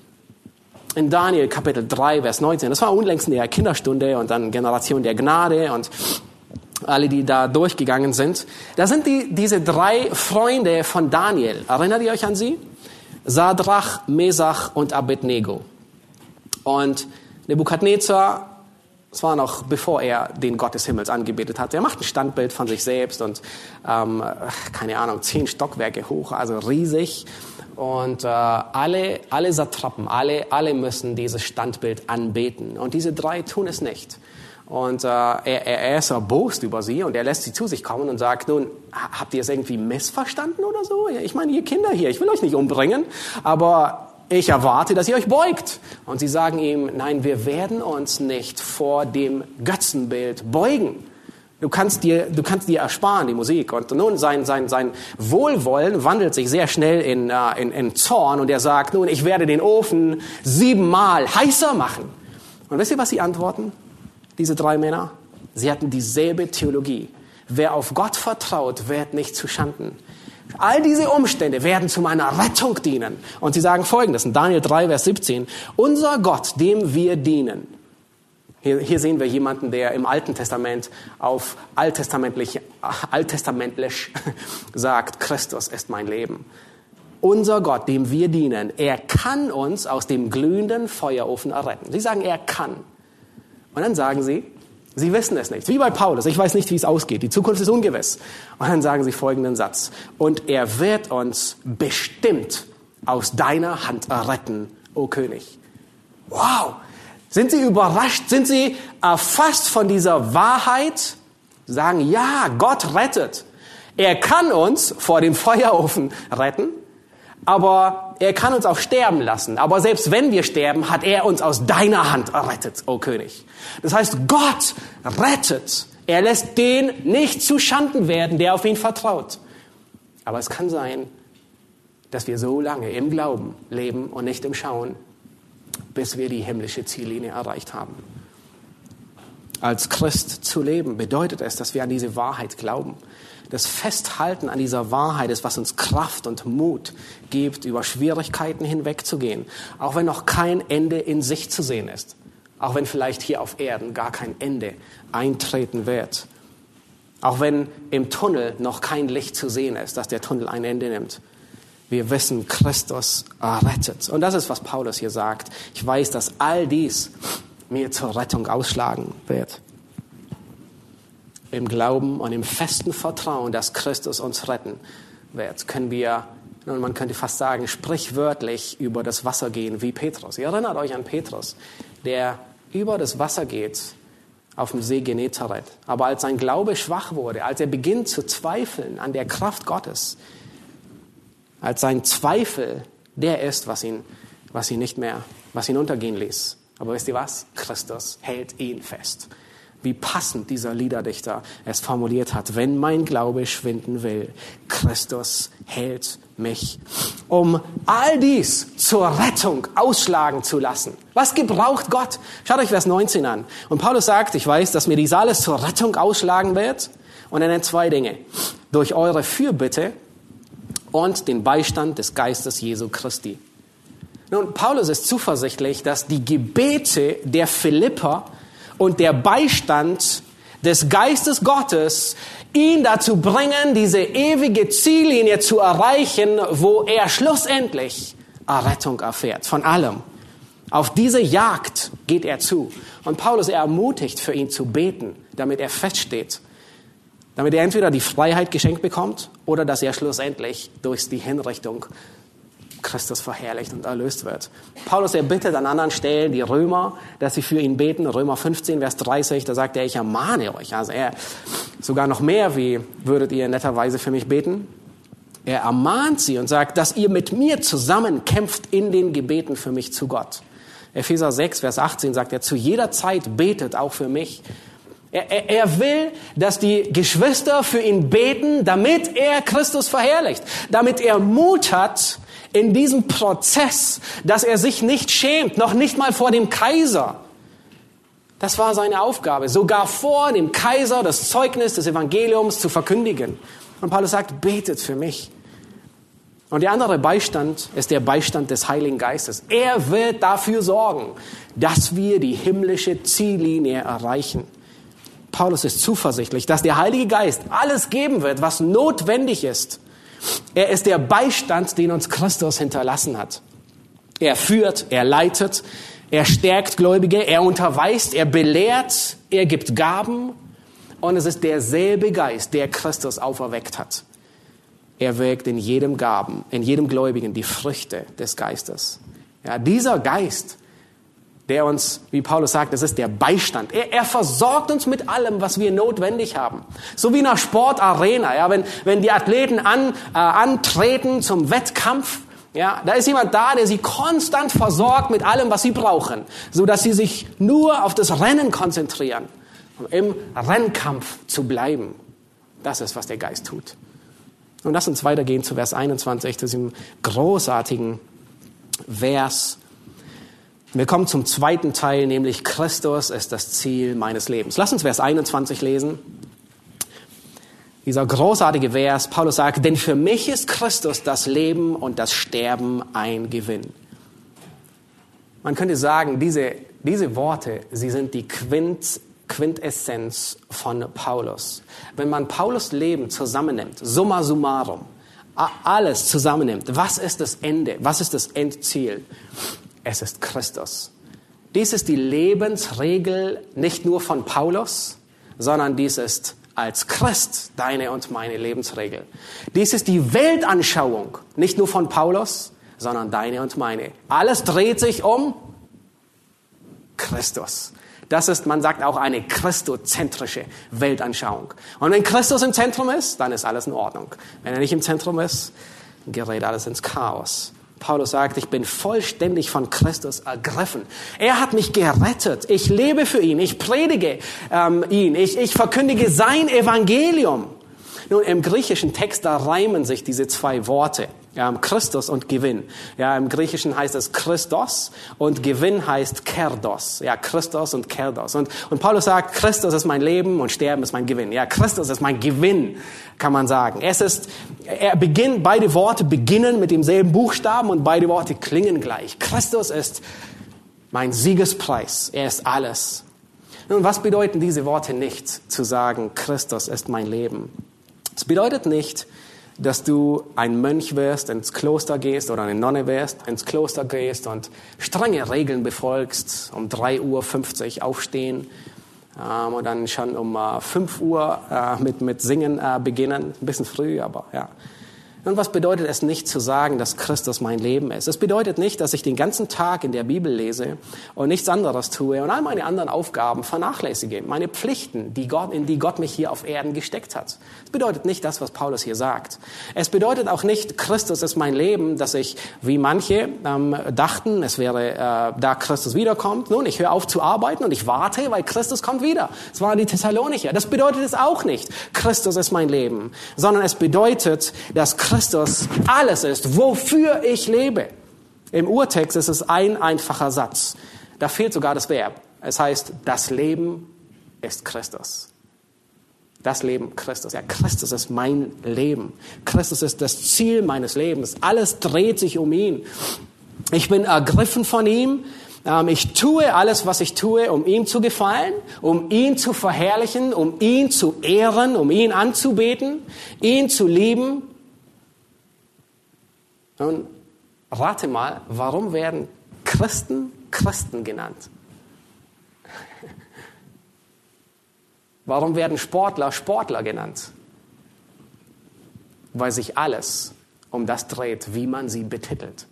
Speaker 2: In Daniel Kapitel drei, Vers neunzehn, das war unlängst in der Kinderstunde und dann Generation der Gnade und alle, die da durchgegangen sind. Da sind die, diese drei Freunde von Daniel. Erinnert ihr euch an sie? Sadrach, Mesach und Abednego. Und Nebukadnezar, das war noch bevor er den Gott des Himmels angebetet hat, er macht ein Standbild von sich selbst und ähm, keine Ahnung, zehn Stockwerke hoch, also riesig. Und äh, alle, alle Satrapen, alle, alle müssen dieses Standbild anbeten. Und diese drei tun es nicht. Und äh, er, er ist erbost über sie und er lässt sie zu sich kommen und sagt, nun, habt ihr es irgendwie missverstanden oder so? Ich meine, ihr Kinder hier, ich will euch nicht umbringen, aber ich erwarte, dass ihr euch beugt. Und sie sagen ihm, nein, wir werden uns nicht vor dem Götzenbild beugen. Du kannst dir, du kannst dir ersparen, die Musik. Und nun, sein, sein, sein Wohlwollen wandelt sich sehr schnell in, äh, in, in Zorn. Und er sagt, nun, ich werde den Ofen siebenmal heißer machen. Und wisst ihr, was sie antworten? Diese drei Männer? Sie hatten dieselbe Theologie. Wer auf Gott vertraut, wird nicht zu Schanden. All diese Umstände werden zu meiner Rettung dienen. Und sie sagen Folgendes in Daniel drei, Vers siebzehn. Unser Gott, dem wir dienen. Hier, hier sehen wir jemanden, der im Alten Testament auf alttestamentlich, alttestamentlich sagt, Christus ist mein Leben. Unser Gott, dem wir dienen, er kann uns aus dem glühenden Feuerofen erretten. Sie sagen, er kann. Und dann sagen sie, Sie wissen es nicht. Wie bei Paulus. Ich weiß nicht, wie es ausgeht. Die Zukunft ist ungewiss. Und dann sagen sie folgenden Satz. Und er wird uns bestimmt aus deiner Hand retten, o König. Wow! Sind Sie überrascht? Sind Sie erfasst von dieser Wahrheit? Sagen, ja, Gott rettet. Er kann uns vor dem Feuerofen retten, aber er kann uns auch sterben lassen. Aber selbst wenn wir sterben, hat er uns aus deiner Hand errettet, o König. Das heißt, Gott rettet. Er lässt den nicht zu Schanden werden, der auf ihn vertraut. Aber es kann sein, dass wir so lange im Glauben leben und nicht im Schauen, bis wir die himmlische Ziellinie erreicht haben. Als Christ zu leben bedeutet es, dass wir an diese Wahrheit glauben. Das Festhalten an dieser Wahrheit ist, was uns Kraft und Mut gibt, über Schwierigkeiten hinwegzugehen. Auch wenn noch kein Ende in Sicht zu sehen ist. Auch wenn vielleicht hier auf Erden gar kein Ende eintreten wird. Auch wenn im Tunnel noch kein Licht zu sehen ist, dass der Tunnel ein Ende nimmt. Wir wissen, Christus errettet. Und das ist, was Paulus hier sagt. Ich weiß, dass all dies mir zur Rettung ausschlagen wird. Im Glauben und im festen Vertrauen, dass Christus uns retten wird, können wir, nun man könnte fast sagen, sprichwörtlich über das Wasser gehen wie Petrus. Ihr erinnert euch an Petrus, der über das Wasser geht auf dem See Genezareth. Aber als sein Glaube schwach wurde, als er beginnt zu zweifeln an der Kraft Gottes, als sein Zweifel der ist, was ihn, was ihn nicht mehr, was ihn untergehen ließ. Aber wisst ihr was? Christus hält ihn fest. Wie passend dieser Liederdichter es formuliert hat. Wenn mein Glaube schwinden will, Christus hält mich. Um all dies zur Rettung ausschlagen zu lassen. Was gebraucht Gott? Schaut euch Vers neunzehn an. Und Paulus sagt, ich weiß, dass mir dies alles zur Rettung ausschlagen wird. Und er nennt zwei Dinge. Durch eure Fürbitte und den Beistand des Geistes Jesu Christi. Nun, Paulus ist zuversichtlich, dass die Gebete der Philipper und der Beistand des Geistes Gottes ihn dazu bringen, diese ewige Ziellinie zu erreichen, wo er schlussendlich Errettung erfährt. Von allem. Auf diese Jagd geht er zu. Und Paulus er ermutigt, für ihn zu beten, damit er feststeht. Damit er entweder die Freiheit geschenkt bekommt oder dass er schlussendlich durch die Hinrichtung Christus verherrlicht und erlöst wird. Paulus, er bittet an anderen Stellen die Römer, dass sie für ihn beten. Römer fünfzehn, Vers dreißig, da sagt er, ich ermahne euch. Also er sogar noch mehr, wie würdet ihr netterweise für mich beten? Er ermahnt sie und sagt, dass ihr mit mir zusammen kämpft in den Gebeten für mich zu Gott. Epheser sechs, Vers achtzehn sagt er, zu jeder Zeit betet auch für mich. Er, er, er will, dass die Geschwister für ihn beten, damit er Christus verherrlicht. Damit er Mut hat in diesem Prozess, dass er sich nicht schämt, noch nicht mal vor dem Kaiser. Das war seine Aufgabe, sogar vor dem Kaiser das Zeugnis des Evangeliums zu verkündigen. Und Paulus sagt, betet für mich. Und der andere Beistand ist der Beistand des Heiligen Geistes. Er wird dafür sorgen, dass wir die himmlische Ziellinie erreichen. Paulus ist zuversichtlich, dass der Heilige Geist alles geben wird, was notwendig ist. Er ist der Beistand, den uns Christus hinterlassen hat. Er führt, er leitet, er stärkt Gläubige, er unterweist, er belehrt, er gibt Gaben. Und es ist derselbe Geist, der Christus auferweckt hat. Er wirkt in jedem Gaben, in jedem Gläubigen die Früchte des Geistes. Ja, dieser Geist, der uns, wie Paulus sagt, das ist der Beistand. Er, er versorgt uns mit allem, was wir notwendig haben. So wie in einer Sportarena. Ja, wenn, wenn die Athleten an, äh, antreten zum Wettkampf, ja, da ist jemand da, der sie konstant versorgt mit allem, was sie brauchen, so dass sie sich nur auf das Rennen konzentrieren, um im Rennkampf zu bleiben. Das ist, was der Geist tut. Und lass uns weitergehen zu Vers einundzwanzig, zu diesem großartigen Vers. Wir kommen zum zweiten Teil, nämlich Christus ist das Ziel meines Lebens. Lass uns Vers einundzwanzig lesen. Dieser großartige Vers, Paulus sagt, denn für mich ist Christus das Leben und das Sterben ein Gewinn. Man könnte sagen, diese, diese Worte, sie sind die Quint, Quintessenz von Paulus. Wenn man Paulus Leben zusammennimmt, summa summarum, alles zusammennimmt, was ist das Ende, was ist das Endziel? Es ist Christus. Dies ist die Lebensregel nicht nur von Paulus, sondern dies ist als Christ deine und meine Lebensregel. Dies ist die Weltanschauung, nicht nur von Paulus, sondern deine und meine. Alles dreht sich um Christus. Das ist, man sagt auch, eine christozentrische Weltanschauung. Und wenn Christus im Zentrum ist, dann ist alles in Ordnung. Wenn er nicht im Zentrum ist, gerät alles ins Chaos. Paulus sagt, ich bin vollständig von Christus ergriffen. Er hat mich gerettet. Ich lebe für ihn. Ich predige ähm, ihn. Ich, ich verkündige sein Evangelium. Nun, im griechischen Text, da reimen sich diese zwei Worte. Ähm, Christus und Gewinn. Ja, im Griechischen heißt es Christos und Gewinn heißt Kerdos. Ja, Christos und Kerdos. Und, und Paulus sagt, Christus ist mein Leben und Sterben ist mein Gewinn. Ja, Christus ist mein Gewinn, kann man sagen. Es ist, er beginnt, beide Worte beginnen mit demselben Buchstaben und beide Worte klingen gleich. Christus ist mein Siegespreis. Er ist alles. Nun, was bedeuten diese Worte nicht, zu sagen, Christus ist mein Leben? Es bedeutet nicht, dass du ein Mönch wirst, ins Kloster gehst oder eine Nonne wirst, ins Kloster gehst und strenge Regeln befolgst, um drei Uhr fünfzig aufstehen ähm, und dann schon um äh, fünf Uhr äh, mit, mit Singen äh, beginnen. Ein bisschen früh, aber ja. Und was bedeutet es nicht zu sagen, dass Christus mein Leben ist? Es bedeutet nicht, dass ich den ganzen Tag in der Bibel lese und nichts anderes tue und all meine anderen Aufgaben vernachlässige, meine Pflichten, die Gott, in die Gott mich hier auf Erden gesteckt hat. Es bedeutet nicht das, was Paulus hier sagt. Es bedeutet auch nicht, Christus ist mein Leben, dass ich, wie manche ähm, dachten, es wäre, äh, da Christus wiederkommt. Nun, ich höre auf zu arbeiten und ich warte, weil Christus kommt wieder. Es waren die Thessalonicher. Das bedeutet es auch nicht, Christus ist mein Leben, sondern es bedeutet, dass Christus alles ist, wofür ich lebe. Im Urtext ist es ein einfacher Satz. Da fehlt sogar das Verb. Es heißt, das Leben ist Christus. Das Leben Christus. Ja, Christus ist mein Leben. Christus ist das Ziel meines Lebens. Alles dreht sich um ihn. Ich bin ergriffen von ihm. Ich tue alles, was ich tue, um ihm zu gefallen, um ihn zu verherrlichen, um ihn zu ehren, um ihn anzubeten, ihn zu lieben. Nun, rate mal, warum werden Christen Christen genannt? Warum werden Sportler Sportler genannt? Weil sich alles um das dreht, wie man sie betitelt.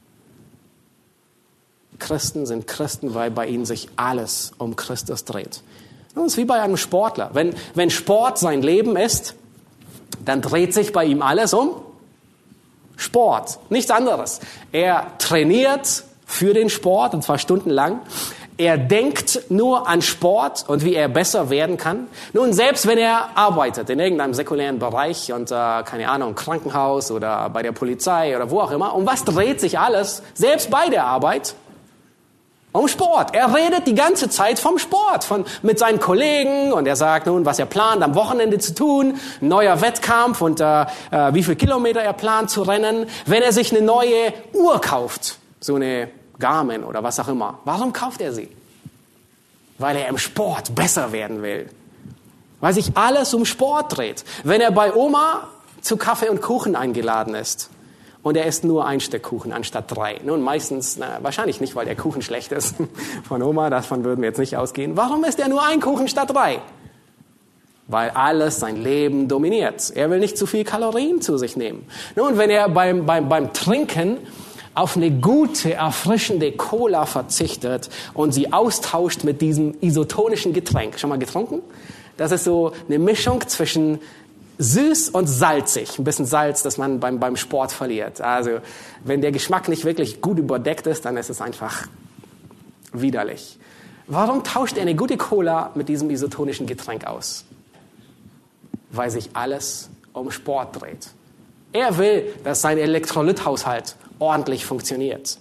Speaker 2: Christen sind Christen, weil bei ihnen sich alles um Christus dreht. Nun, es ist wie bei einem Sportler. Wenn, wenn Sport sein Leben ist, dann dreht sich bei ihm alles um Sport, nichts anderes. Er trainiert für den Sport, und zwar stundenlang. Er denkt nur an Sport und wie er besser werden kann. Nun, selbst wenn er arbeitet in irgendeinem säkulären Bereich und, äh, keine Ahnung, Krankenhaus oder bei der Polizei oder wo auch immer, um was dreht sich alles, selbst bei der Arbeit? Um Sport. Er redet die ganze Zeit vom Sport, von, mit seinen Kollegen, und er sagt nun, was er plant, am Wochenende zu tun, ein neuer Wettkampf und äh, äh, wie viele Kilometer er plant zu rennen. Wenn er sich eine neue Uhr kauft, so eine Garmin oder was auch immer, warum kauft er sie? Weil er im Sport besser werden will. Weil sich alles um Sport dreht. Wenn er bei Oma zu Kaffee und Kuchen eingeladen ist, und er isst nur ein Stück Kuchen anstatt drei. Nun, meistens, na, wahrscheinlich nicht, weil der Kuchen schlecht ist von Oma, davon würden wir jetzt nicht ausgehen. Warum isst er nur ein Kuchen statt drei? Weil alles sein Leben dominiert. Er will nicht zu viel Kalorien zu sich nehmen. Nun, wenn er beim, beim, beim Trinken auf eine gute, erfrischende Cola verzichtet und sie austauscht mit diesem isotonischen Getränk. Schon mal getrunken? Das ist so eine Mischung zwischen süß und salzig. Ein bisschen Salz, das man beim, beim Sport verliert. Also, wenn der Geschmack nicht wirklich gut überdeckt ist, dann ist es einfach widerlich. Warum tauscht er eine gute Cola mit diesem isotonischen Getränk aus? Weil sich alles um Sport dreht. Er will, dass sein Elektrolythaushalt ordentlich funktioniert.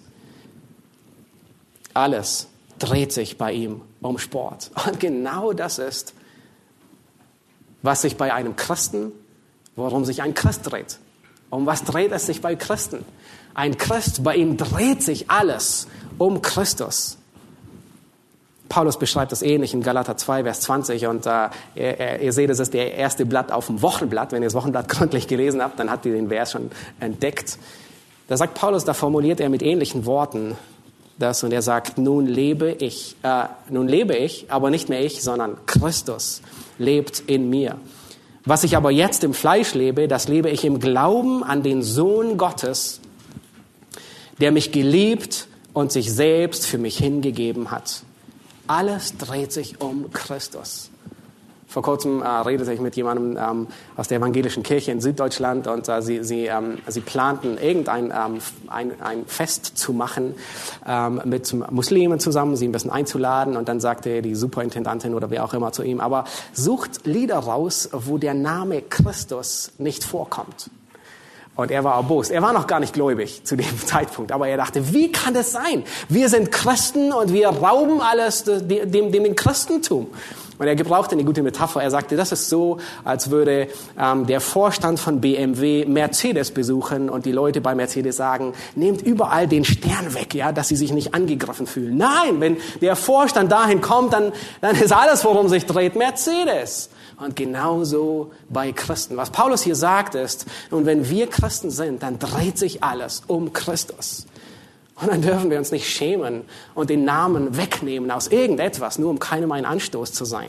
Speaker 2: Alles dreht sich bei ihm um Sport. Und genau das ist, was sich bei einem Christen, worum sich ein Christ dreht. Um was dreht es sich bei Christen? Ein Christ, bei ihm dreht sich alles um Christus. Paulus beschreibt das ähnlich in Galater zwei, Vers zwanzig. Und äh, ihr, ihr seht, das ist der erste Blatt auf dem Wochenblatt. Wenn ihr das Wochenblatt gründlich gelesen habt, dann habt ihr den Vers schon entdeckt. Da sagt Paulus, da formuliert er mit ähnlichen Worten: das und er sagt, nun lebe ich, äh, nun lebe ich, aber nicht mehr ich, sondern Christus lebt in mir. Was ich aber jetzt im Fleisch lebe, das lebe ich im Glauben an den Sohn Gottes, der mich geliebt und sich selbst für mich hingegeben hat. Alles dreht sich um Christus. Vor kurzem äh, redete ich mit jemandem ähm, aus der evangelischen Kirche in Süddeutschland und äh, sie, sie, ähm, sie planten, irgendein ähm, ein, ein Fest zu machen ähm, mit Muslimen zusammen, sie ein bisschen einzuladen. Und dann sagte die Superintendantin oder wer auch immer zu ihm, aber sucht Lieder raus, wo der Name Christus nicht vorkommt. Und er war erbost. Er war noch gar nicht gläubig zu dem Zeitpunkt. Aber er dachte, wie kann das sein? Wir sind Christen und wir rauben alles dem, dem, dem Christentum. Und er gebrauchte eine gute Metapher. Er sagte, das ist so, als würde ähm, der Vorstand von B M W Mercedes besuchen und die Leute bei Mercedes sagen, nehmt überall den Stern weg, ja, dass sie sich nicht angegriffen fühlen. Nein, wenn der Vorstand dahin kommt, dann, dann ist alles, worum sich dreht, Mercedes. Und genauso bei Christen. Was Paulus hier sagt ist, und wenn wir Christen sind, dann dreht sich alles um Christus. Und dann dürfen wir uns nicht schämen und den Namen wegnehmen aus irgendetwas, nur um keinem ein Anstoß zu sein.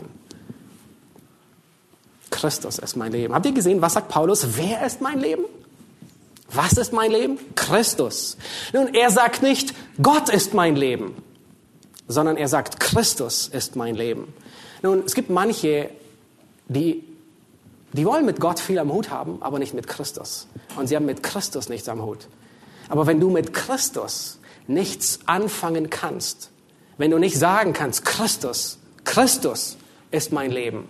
Speaker 2: Christus ist mein Leben. Habt ihr gesehen, was sagt Paulus? Wer ist mein Leben? Was ist mein Leben? Christus. Nun, er sagt nicht, Gott ist mein Leben, sondern er sagt, Christus ist mein Leben. Nun, es gibt manche, die, die wollen mit Gott viel am Hut haben, aber nicht mit Christus. Und sie haben mit Christus nichts am Hut. Aber wenn du mit Christus nichts anfangen kannst, wenn du nicht sagen kannst, Christus, Christus ist mein Leben,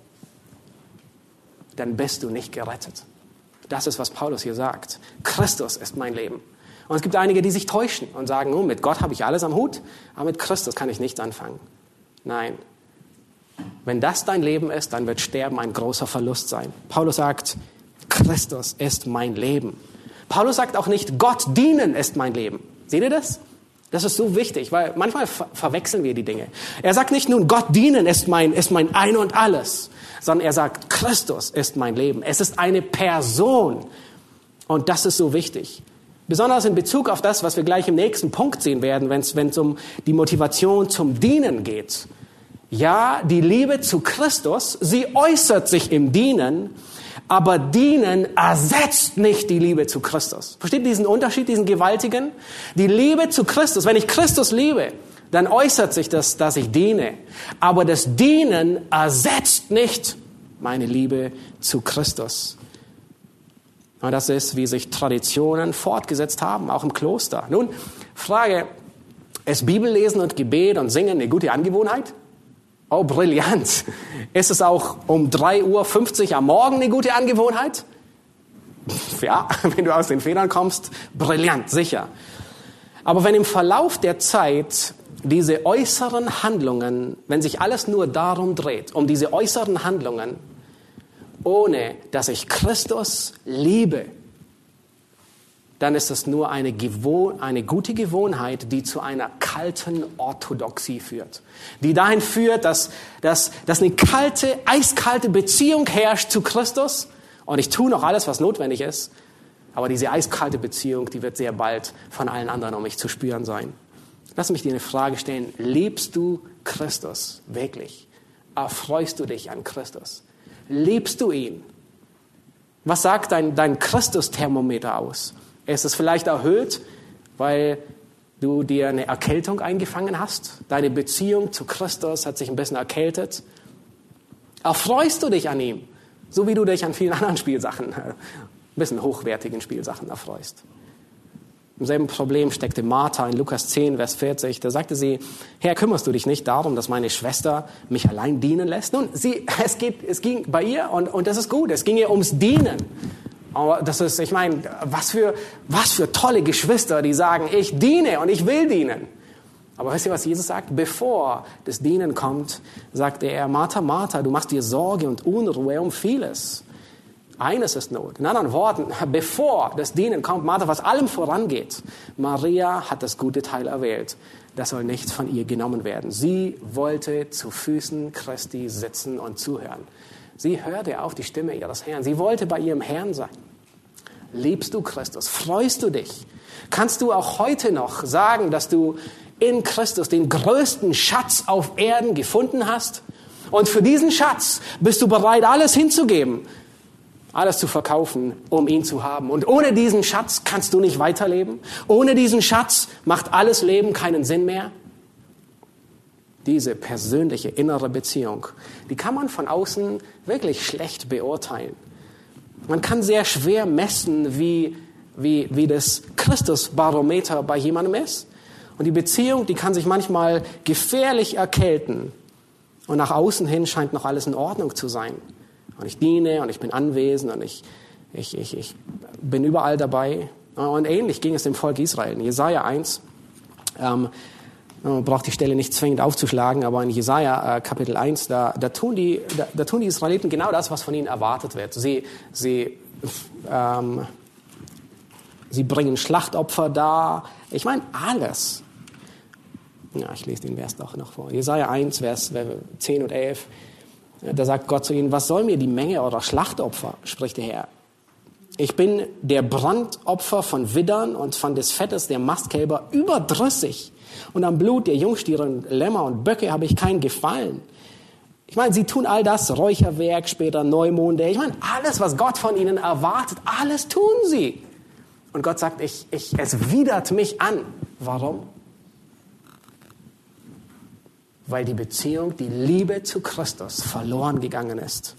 Speaker 2: dann bist du nicht gerettet. Das ist, was Paulus hier sagt. Christus ist mein Leben. Und es gibt einige, die sich täuschen und sagen, oh, mit Gott habe ich alles am Hut, aber mit Christus kann ich nichts anfangen. Nein. Wenn das dein Leben ist, dann wird Sterben ein großer Verlust sein. Paulus sagt, Christus ist mein Leben. Paulus sagt auch nicht, Gott dienen ist mein Leben. Seht ihr das? Das ist so wichtig, weil manchmal ver- verwechseln wir die Dinge. Er sagt nicht nun, Gott dienen ist mein, ist mein Ein und Alles, sondern er sagt, Christus ist mein Leben. Es ist eine Person und das ist so wichtig. Besonders in Bezug auf das, was wir gleich im nächsten Punkt sehen werden, wenn es um die Motivation zum Dienen geht. Ja, die Liebe zu Christus, sie äußert sich im Dienen, aber Dienen ersetzt nicht die Liebe zu Christus. Versteht ihr diesen Unterschied, diesen gewaltigen? Die Liebe zu Christus, wenn ich Christus liebe, dann äußert sich das, dass ich diene. Aber das Dienen ersetzt nicht meine Liebe zu Christus. Und das ist, wie sich Traditionen fortgesetzt haben, auch im Kloster. Nun, Frage, ist Bibellesen und Gebet und Singen eine gute Angewohnheit? Oh, brillant. Ist es auch um drei Uhr fünfzig am Morgen eine gute Angewohnheit? Ja, wenn du aus den Federn kommst, brillant, sicher. Aber wenn im Verlauf der Zeit diese äußeren Handlungen, wenn sich alles nur darum dreht, um diese äußeren Handlungen, ohne dass ich Christus liebe, dann ist es nur eine, Gewohn- eine gute Gewohnheit, die zu einer kalten Orthodoxie führt. Die dahin führt, dass, dass, dass eine kalte, eiskalte Beziehung herrscht zu Christus. Und ich tue noch alles, was notwendig ist. Aber diese eiskalte Beziehung, die wird sehr bald von allen anderen um mich zu spüren sein. Lass mich dir eine Frage stellen. Liebst du Christus wirklich? Erfreust du dich an Christus? Liebst du ihn? Was sagt dein, dein Christus-Thermometer aus? Ist es vielleicht erhöht, weil du dir eine Erkältung eingefangen hast? Deine Beziehung zu Christus hat sich ein bisschen erkältet. Erfreust du dich an ihm, so wie du dich an vielen anderen Spielsachen, ein bisschen hochwertigen Spielsachen erfreust? Im selben Problem steckte Martha in Lukas zehn, Vers vierzig. Da sagte sie, Herr, kümmerst du dich nicht darum, dass meine Schwester mich allein dienen lässt? Nun, sie, es, geht, es ging bei ihr, und, und das ist gut, es ging ihr ums Dienen. Aber das ist, ich meine, was für, was für tolle Geschwister, die sagen, ich diene und ich will dienen. Aber wisst ihr, was Jesus sagt? Bevor das Dienen kommt, sagte er, Martha, Martha, du machst dir Sorge und Unruhe um vieles. Eines ist Not. In anderen Worten, bevor das Dienen kommt, Martha, was allem vorangeht, Maria hat das gute Teil erwählt. Das soll nicht von ihr genommen werden. Sie wollte zu Füßen Christi sitzen und zuhören. Sie hörte auf die Stimme ihres Herrn. Sie wollte bei ihrem Herrn sein. Liebst du Christus? Freust du dich? Kannst du auch heute noch sagen, dass du in Christus den größten Schatz auf Erden gefunden hast? Und für diesen Schatz bist du bereit, alles hinzugeben, alles zu verkaufen, um ihn zu haben. Und ohne diesen Schatz kannst du nicht weiterleben. Ohne diesen Schatz macht alles Leben keinen Sinn mehr. Diese persönliche innere Beziehung, die kann man von außen wirklich schlecht beurteilen. Man kann sehr schwer messen, wie, wie, wie das Christusbarometer bei jemandem ist. Und die Beziehung, die kann sich manchmal gefährlich erkälten. Und nach außen hin scheint noch alles in Ordnung zu sein. Und ich diene und ich bin anwesend und ich, ich, ich, ich bin überall dabei. Und ähnlich ging es dem Volk Israel. In Jesaja eins, ähm, man braucht die Stelle nicht zwingend aufzuschlagen, aber in Jesaja äh, Kapitel eins, da, da, tun die, da, da tun die Israeliten genau das, was von ihnen erwartet wird. Sie, sie, ähm, sie bringen Schlachtopfer dar. Ich meine, alles. Ja, ich lese den Vers doch noch vor. Jesaja eins, Vers zehn und elf. Da sagt Gott zu ihnen, was soll mir die Menge eurer Schlachtopfer, spricht der Herr. Ich bin der Brandopfer von Widdern und von des Fettes der Mastkälber überdrüssig. Und am Blut der Jungstiere und Lämmer und Böcke habe ich keinen Gefallen. Ich meine, sie tun all das, Räucherwerk, später Neumonde. Ich meine, alles, was Gott von ihnen erwartet, alles tun sie. Und Gott sagt, ich, ich, es widert mich an. Warum? Weil die Beziehung, die Liebe zu Christus verloren gegangen ist.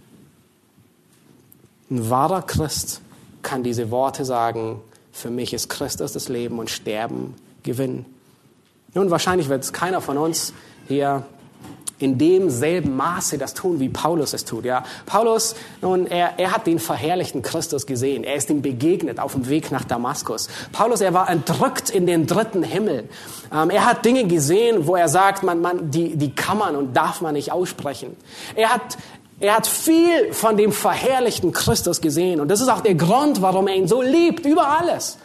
Speaker 2: Ein wahrer Christ kann diese Worte sagen, für mich ist Christus das Leben und Sterben Gewinn. Nun, wahrscheinlich wird es keiner von uns hier in demselben Maße das tun, wie Paulus es tut. Ja, Paulus, nun, er, er hat den verherrlichten Christus gesehen. Er ist ihm begegnet auf dem Weg nach Damaskus. Paulus, er war entrückt in den dritten Himmel. Ähm, er hat Dinge gesehen, wo er sagt, man, man, die, die kann man und darf man nicht aussprechen. Er hat, er hat viel von dem verherrlichten Christus gesehen. Und das ist auch der Grund, warum er ihn so liebt, über alles.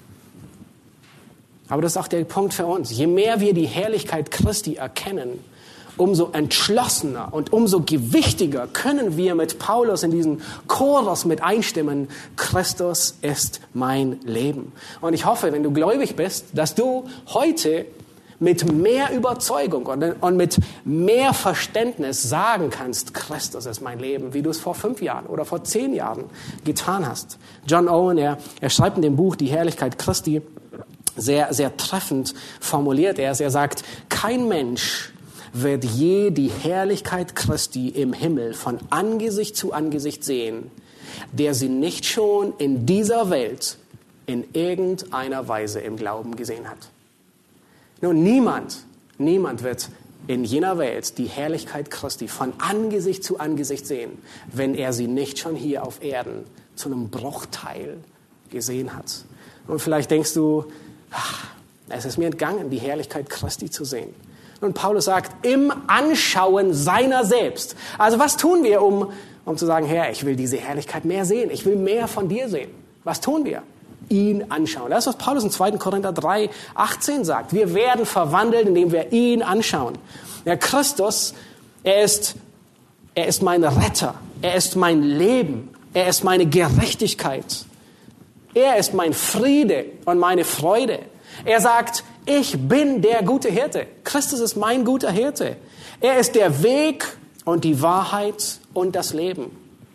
Speaker 2: Aber das ist auch der Punkt für uns. Je mehr wir die Herrlichkeit Christi erkennen, umso entschlossener und umso gewichtiger können wir mit Paulus in diesen Chorus mit einstimmen. Christus ist mein Leben. Und ich hoffe, wenn du gläubig bist, dass du heute mit mehr Überzeugung und mit mehr Verständnis sagen kannst, Christus ist mein Leben, wie du es vor fünf Jahren oder vor zehn Jahren getan hast. John Owen, er, er schreibt in dem Buch Die Herrlichkeit Christi, sehr, sehr treffend formuliert er. Er sagt, kein Mensch wird je die Herrlichkeit Christi im Himmel von Angesicht zu Angesicht sehen, der sie nicht schon in dieser Welt in irgendeiner Weise im Glauben gesehen hat. Nun, niemand, niemand wird in jener Welt die Herrlichkeit Christi von Angesicht zu Angesicht sehen, wenn er sie nicht schon hier auf Erden zu einem Bruchteil gesehen hat. Und vielleicht denkst du, ach, es ist mir entgangen, die Herrlichkeit Christi zu sehen. Und Paulus sagt, im Anschauen seiner selbst. Also was tun wir, um, um zu sagen, Herr, ich will diese Herrlichkeit mehr sehen. Ich will mehr von dir sehen. Was tun wir? Ihn anschauen. Das ist, was Paulus in zweiten Korinther drei, achtzehn sagt. Wir werden verwandelt, indem wir ihn anschauen. Der Christus, er ist, er ist mein Retter. Er ist mein Leben. Er ist meine Gerechtigkeit. Er ist mein Friede und meine Freude. Er sagt, ich bin der gute Hirte. Christus ist mein guter Hirte. Er ist der Weg und die Wahrheit und das Leben.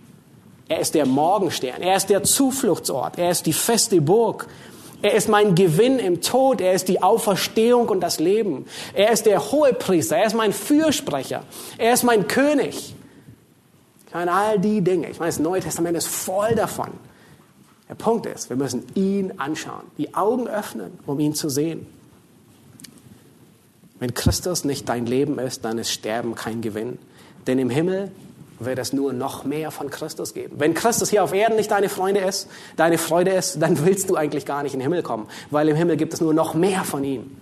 Speaker 2: Er ist der Morgenstern. Er ist der Zufluchtsort. Er ist die feste Burg. Er ist mein Gewinn im Tod. Er ist die Auferstehung und das Leben. Er ist der Hohepriester. Er ist mein Fürsprecher. Er ist mein König. Ich meine, all die Dinge. Ich meine, das Neue Testament ist voll davon. Der Punkt ist, wir müssen ihn anschauen, die Augen öffnen, um ihn zu sehen. Wenn Christus nicht dein Leben ist, dann ist Sterben kein Gewinn. Denn im Himmel wird es nur noch mehr von Christus geben. Wenn Christus hier auf Erden nicht deine Freude ist, deine Freude ist, dann willst du eigentlich gar nicht in den Himmel kommen, weil im Himmel gibt es nur noch mehr von ihm.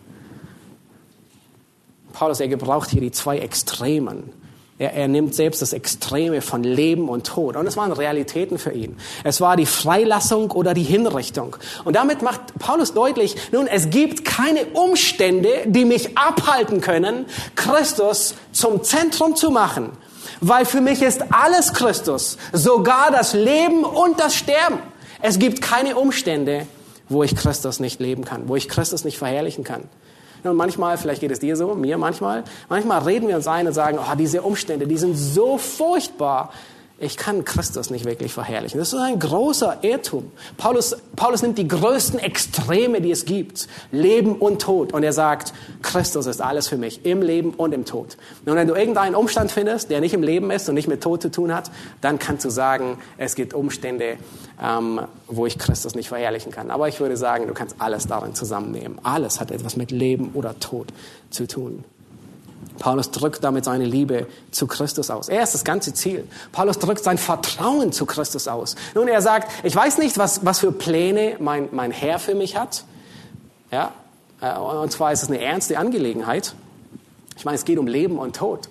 Speaker 2: Paulus, er gebraucht hier die zwei Extremen. Er, er nimmt selbst das Extreme von Leben und Tod. Und es waren Realitäten für ihn. Es war die Freilassung oder die Hinrichtung. Und damit macht Paulus deutlich, nun, es gibt keine Umstände, die mich abhalten können, Christus zum Zentrum zu machen. Weil für mich ist alles Christus, sogar das Leben und das Sterben. Es gibt keine Umstände, wo ich Christus nicht leben kann, wo ich Christus nicht verherrlichen kann. Und manchmal, vielleicht geht es dir so, mir manchmal, manchmal reden wir uns ein und sagen, oh, diese Umstände, die sind so furchtbar. Ich kann Christus nicht wirklich verherrlichen. Das ist ein großer Irrtum. Paulus, Paulus nimmt die größten Extreme, die es gibt. Leben und Tod. Und er sagt, Christus ist alles für mich. Im Leben und im Tod. Und wenn du irgendeinen Umstand findest, der nicht im Leben ist und nicht mit Tod zu tun hat, dann kannst du sagen, es gibt Umstände, ähm, wo ich Christus nicht verherrlichen kann. Aber ich würde sagen, du kannst alles darin zusammennehmen. Alles hat etwas mit Leben oder Tod zu tun. Paulus drückt damit seine Liebe zu Christus aus. Er ist das ganze Ziel. Paulus drückt sein Vertrauen zu Christus aus. Nun, er sagt, ich weiß nicht, was, was für Pläne mein, mein Herr für mich hat. Ja, und zwar ist es eine ernste Angelegenheit. Ich meine, es geht um Leben und Tod.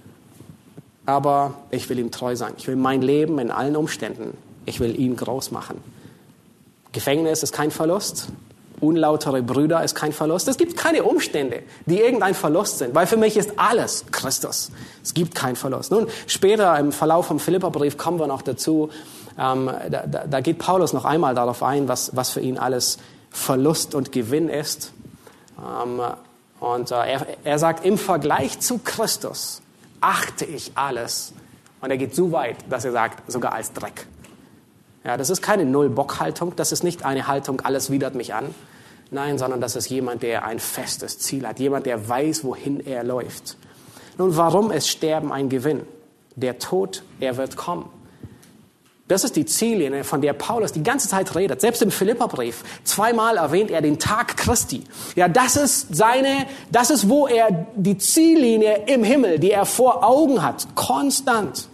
Speaker 2: Aber ich will ihm treu sein. Ich will mein Leben in allen Umständen, ich will ihn groß machen. Gefängnis ist kein Verlust. Unlautere Brüder ist kein Verlust. Es gibt keine Umstände, die irgendein Verlust sind, weil für mich ist alles Christus. Es gibt keinen Verlust. Nun, später im Verlauf vom Philipperbrief kommen wir noch dazu, ähm, da, da, da geht Paulus noch einmal darauf ein, was, was für ihn alles Verlust und Gewinn ist. Ähm, und äh, er, er sagt, im Vergleich zu Christus achte ich alles. Und er geht so weit, dass er sagt, sogar als Dreck. Ja, das ist keine Null-Bock-Haltung, das ist nicht eine Haltung, alles widert mich an. Nein, sondern das ist jemand, der ein festes Ziel hat, jemand, der weiß, wohin er läuft. Nun, warum ist Sterben ein Gewinn? Der Tod, er wird kommen. Das ist die Ziellinie, von der Paulus die ganze Zeit redet. Selbst im Philipperbrief, zweimal erwähnt er den Tag Christi. Ja, das ist seine, das ist, wo er die Ziellinie im Himmel, die er vor Augen hat, konstant.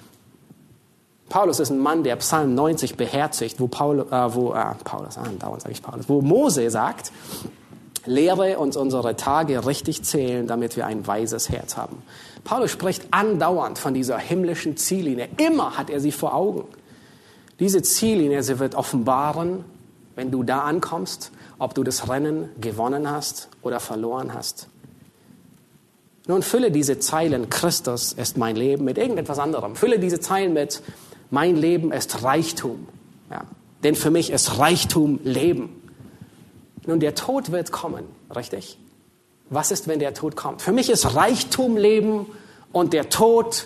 Speaker 2: Paulus ist ein Mann, der Psalm neunzig beherzigt, wo, Paul, äh, wo äh, Paulus, ah, dauernd sage ich Paulus, wo Mose sagt, lehre uns unsere Tage richtig zählen, damit wir ein weises Herz haben. Paulus spricht andauernd von dieser himmlischen Ziellinie. Immer hat er sie vor Augen. Diese Ziellinie, sie wird offenbaren, wenn du da ankommst, ob du das Rennen gewonnen hast oder verloren hast. Nun fülle diese Zeilen, Christus ist mein Leben, mit irgendetwas anderem. Fülle diese Zeilen mit, mein Leben ist Reichtum. Ja, denn für mich ist Reichtum Leben. Nun, der Tod wird kommen, richtig? Was ist, wenn der Tod kommt? Für mich ist Reichtum Leben und der Tod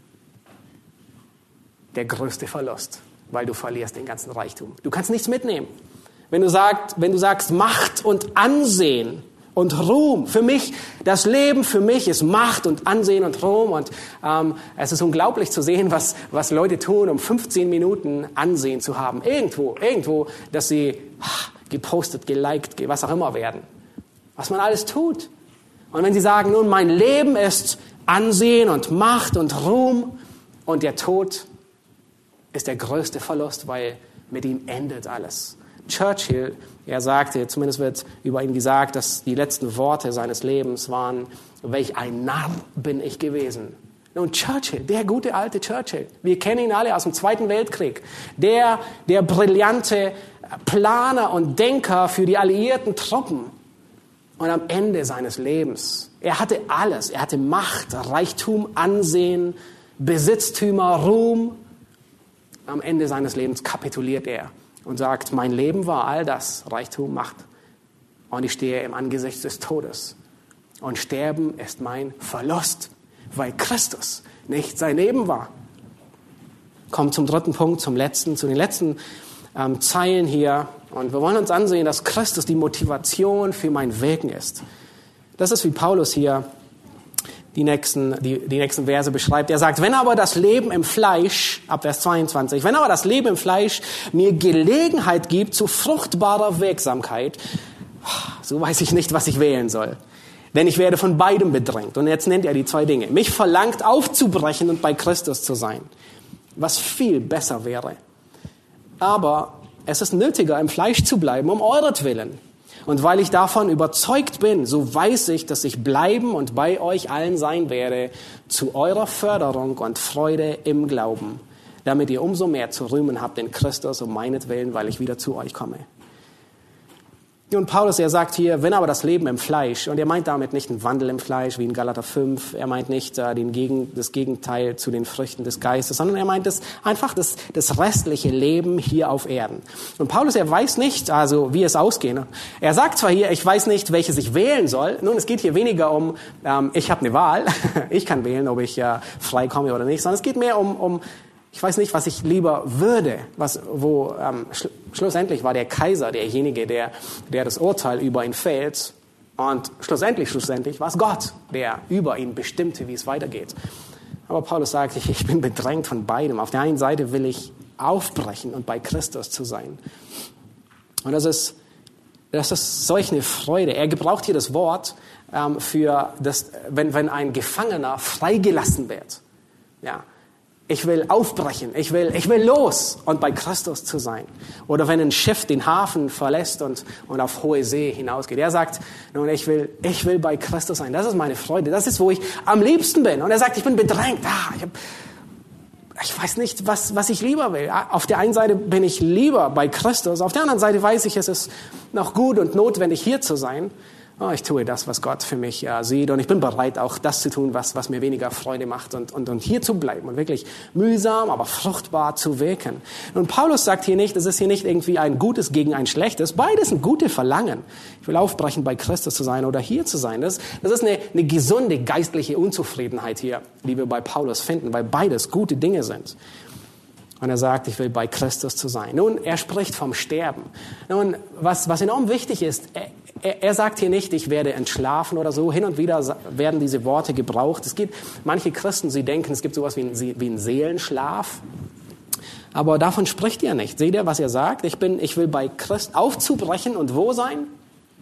Speaker 2: der größte Verlust, weil du verlierst den ganzen Reichtum. Du kannst nichts mitnehmen. Wenn du sagst, wenn du sagst Macht und Ansehen und Ruhm, für mich, das Leben für mich ist Macht und Ansehen und Ruhm. Und ähm, es ist unglaublich zu sehen, was, was Leute tun, um fünfzehn Minuten Ansehen zu haben. Irgendwo, irgendwo, dass sie ach, gepostet, geliked, was auch immer werden. Was man alles tut. Und wenn sie sagen, nun, mein Leben ist Ansehen und Macht und Ruhm und der Tod ist der größte Verlust, weil mit ihm endet alles. Churchill, er sagte, zumindest wird über ihn gesagt, dass die letzten Worte seines Lebens waren, welch ein Narr bin ich gewesen. Nun, Churchill, der gute alte Churchill, wir kennen ihn alle aus dem Zweiten Weltkrieg, der, der brillante Planer und Denker für die alliierten Truppen. Und am Ende seines Lebens, er hatte alles, er hatte Macht, Reichtum, Ansehen, Besitztümer, Ruhm. Am Ende seines Lebens kapituliert er und sagt, mein Leben war all das, Reichtum, Macht. Und ich stehe im Angesicht des Todes. Und Sterben ist mein Verlust, weil Christus nicht sein Leben war. Kommt zum dritten Punkt, zum letzten, zu den letzten ähm, Zeilen hier. Und wir wollen uns ansehen, dass Christus die Motivation für mein Wirken ist. Das ist, wie Paulus hier die nächsten, die, die nächsten Verse beschreibt. Er sagt, wenn aber das Leben im Fleisch, ab Vers zweiundzwanzig, wenn aber das Leben im Fleisch mir Gelegenheit gibt zu fruchtbarer Wirksamkeit, so weiß ich nicht, was ich wählen soll. Denn ich werde von beidem bedrängt. Und jetzt nennt er die zwei Dinge. Mich verlangt aufzubrechen und bei Christus zu sein, was viel besser wäre. Aber es ist nötiger, im Fleisch zu bleiben, um euretwillen. Und weil ich davon überzeugt bin, so weiß ich, dass ich bleiben und bei euch allen sein werde, zu eurer Förderung und Freude im Glauben, damit ihr umso mehr zu rühmen habt in Christus um meinetwillen, weil ich wieder zu euch komme. Und Paulus, er sagt hier, wenn aber das Leben im Fleisch, und er meint damit nicht einen Wandel im Fleisch, wie in Galater fünf, er meint nicht äh, den Gegen, das Gegenteil zu den Früchten des Geistes, sondern er meint das, einfach das, das restliche Leben hier auf Erden. Und Paulus, er weiß nicht, also wie es ausgeht. Er sagt zwar hier, ich weiß nicht, welches ich wählen soll. Nun, es geht hier weniger um, ähm, ich habe eine Wahl, ich kann wählen, ob ich äh, frei komme oder nicht, sondern es geht mehr um, um ich weiß nicht, was ich lieber würde, was, wo ähm, sch- schlussendlich war der Kaiser derjenige, der, der das Urteil über ihn fällt. Und schlussendlich, schlussendlich war es Gott, der über ihn bestimmte, wie es weitergeht. Aber Paulus sagt, ich, ich bin bedrängt von beidem. Auf der einen Seite will ich aufbrechen und bei Christus zu sein. Und das ist, das ist solch eine Freude. Er gebraucht hier das Wort ähm, für das, wenn, wenn ein Gefangener freigelassen wird. Ja. Ich will aufbrechen, ich will, ich will los und bei Christus zu sein. Oder wenn ein Schiff den Hafen verlässt und, und auf hohe See hinausgeht. Er sagt, nun, ich will, ich will bei Christus sein. Das ist meine Freude. Das ist, wo ich am liebsten bin. Und er sagt, ich bin bedrängt. Ah, ich, hab, ich weiß nicht, was, was ich lieber will. Auf der einen Seite bin ich lieber bei Christus. Auf der anderen Seite weiß ich, es ist noch gut und notwendig, hier zu sein. Oh, ich tue das, was Gott für mich äh, sieht, und ich bin bereit, auch das zu tun, was, was mir weniger Freude macht, und, und, und hier zu bleiben und wirklich mühsam, aber fruchtbar zu wirken. Und Paulus sagt hier nicht, es ist hier nicht irgendwie ein Gutes gegen ein Schlechtes. Beides sind gute Verlangen. Ich will aufbrechen, bei Christus zu sein oder hier zu sein. Das, das ist eine, eine gesunde geistliche Unzufriedenheit hier, die wir bei Paulus finden, weil beides gute Dinge sind. Und er sagt, ich will bei Christus zu sein. Nun, er spricht vom Sterben. Nun, was, was enorm wichtig ist, er, er, er sagt hier nicht, ich werde entschlafen oder so. Hin und wieder werden diese Worte gebraucht. Es gibt manche Christen, sie denken, es gibt sowas wie ein, wie ein Seelenschlaf. Aber davon spricht er nicht. Seht ihr, was er sagt? Ich bin, ich will bei Christus aufzubrechen und wo sein?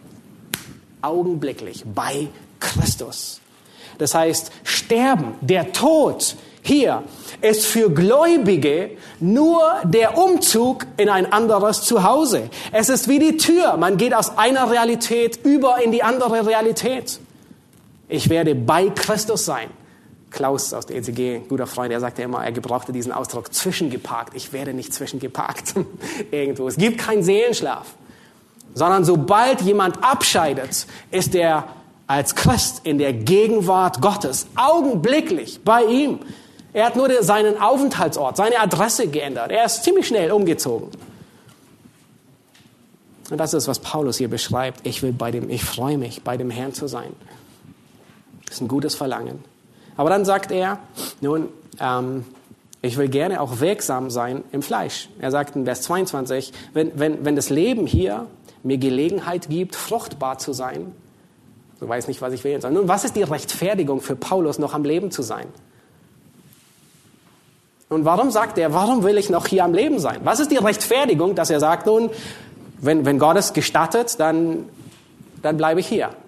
Speaker 2: Augenblicklich, bei Christus. Das heißt, sterben, der Tod hier ist für Gläubige nur der Umzug in ein anderes Zuhause. Es ist wie die Tür. Man geht aus einer Realität über in die andere Realität. Ich werde bei Christus sein. Klaus aus der E C G, guter Freund, er sagte immer, er gebrauchte diesen Ausdruck zwischengeparkt. Ich werde nicht zwischengeparkt irgendwo. Es gibt keinen Seelenschlaf. Sondern sobald jemand abscheidet, ist er als Christ in der Gegenwart Gottes, augenblicklich bei ihm. Er hat nur seinen Aufenthaltsort, seine Adresse geändert. Er ist ziemlich schnell umgezogen. Und das ist, was Paulus hier beschreibt. Ich will bei dem, ich freue mich, bei dem Herrn zu sein. Das ist ein gutes Verlangen. Aber dann sagt er, nun, ähm, ich will gerne auch wirksam sein im Fleisch. Er sagt in Vers zweiundzwanzig, wenn, wenn, wenn das Leben hier mir Gelegenheit gibt, fruchtbar zu sein, so weiß nicht, was ich wählen soll. Nun, was ist die Rechtfertigung für Paulus, noch am Leben zu sein? Und warum sagt er, warum will ich noch hier am Leben sein? Was ist die Rechtfertigung, dass er sagt, nun, wenn, wenn Gott es gestattet, dann, dann bleibe ich hier.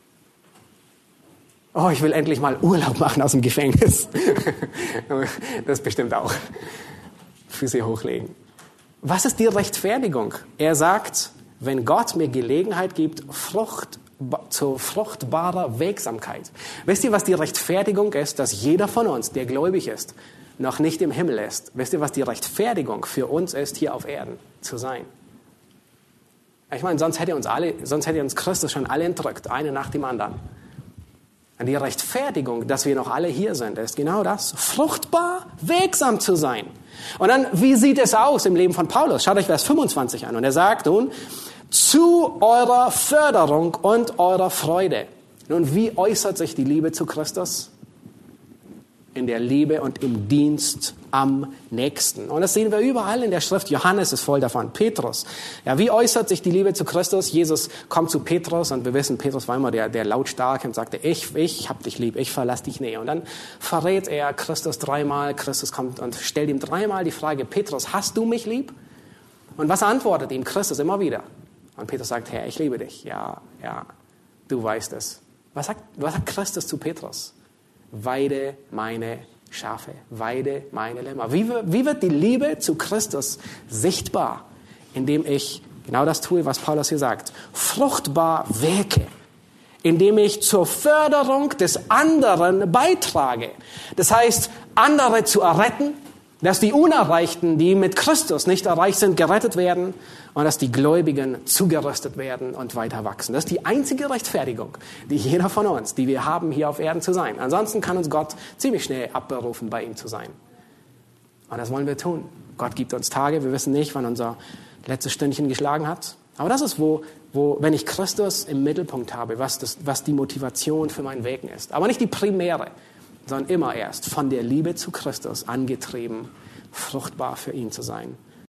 Speaker 2: Oh, ich will endlich mal Urlaub machen aus dem Gefängnis. Das bestimmt auch. Füße hochlegen. Was ist die Rechtfertigung? Er sagt, wenn Gott mir Gelegenheit gibt, Frucht zu fruchtbarer Wirksamkeit. Wisst ihr, was die Rechtfertigung ist, dass jeder von uns, der gläubig ist, noch nicht im Himmel ist? Wisst ihr, was die Rechtfertigung für uns ist, hier auf Erden zu sein? Ich meine, sonst hätte uns alle, sonst hätte uns Christus schon alle entrückt, eine nach dem anderen. Und die Rechtfertigung, dass wir noch alle hier sind, ist genau das, fruchtbar wirksam zu sein. Und dann, wie sieht es aus im Leben von Paulus? Schaut euch Vers fünfundzwanzig an. Und er sagt nun, zu eurer Förderung und eurer Freude. Nun, wie äußert sich die Liebe zu Christus? In der Liebe und im Dienst am Nächsten. Und das sehen wir überall in der Schrift. Johannes ist voll davon. Petrus. Ja, wie äußert sich die Liebe zu Christus? Jesus kommt zu Petrus und wir wissen, Petrus war immer der, der lautstarke und sagte, ich, ich hab dich lieb, ich verlasse dich nie. Und dann verrät er Christus dreimal. Christus kommt und stellt ihm dreimal die Frage, Petrus, hast du mich lieb? Und was antwortet ihm Christus immer wieder? Und Petrus sagt, Herr, ich liebe dich. Ja, ja, du weißt es. Was sagt, was sagt Christus zu Petrus? Weide meine Schafe, weide meine Lämmer. Wie, wie wird die Liebe zu Christus sichtbar? Indem ich genau das tue, was Paulus hier sagt. Fruchtbar wirke. Indem ich zur Förderung des anderen beitrage. Das heißt, andere zu erretten, Dass die Unerreichten, die mit Christus nicht erreicht sind, gerettet werden und dass die Gläubigen zugerüstet werden und weiter wachsen. Das ist die einzige Rechtfertigung, die jeder von uns, die wir haben, hier auf Erden zu sein. Ansonsten kann uns Gott ziemlich schnell abberufen, bei ihm zu sein. Und das wollen wir tun. Gott gibt uns Tage, wir wissen nicht, wann unser letztes Stündchen geschlagen hat. Aber das ist, wo, wo wenn ich Christus im Mittelpunkt habe, was, das, was die Motivation für mein Weg ist. Aber nicht die primäre, sondern immer erst von der Liebe zu Christus angetrieben, fruchtbar für ihn zu sein.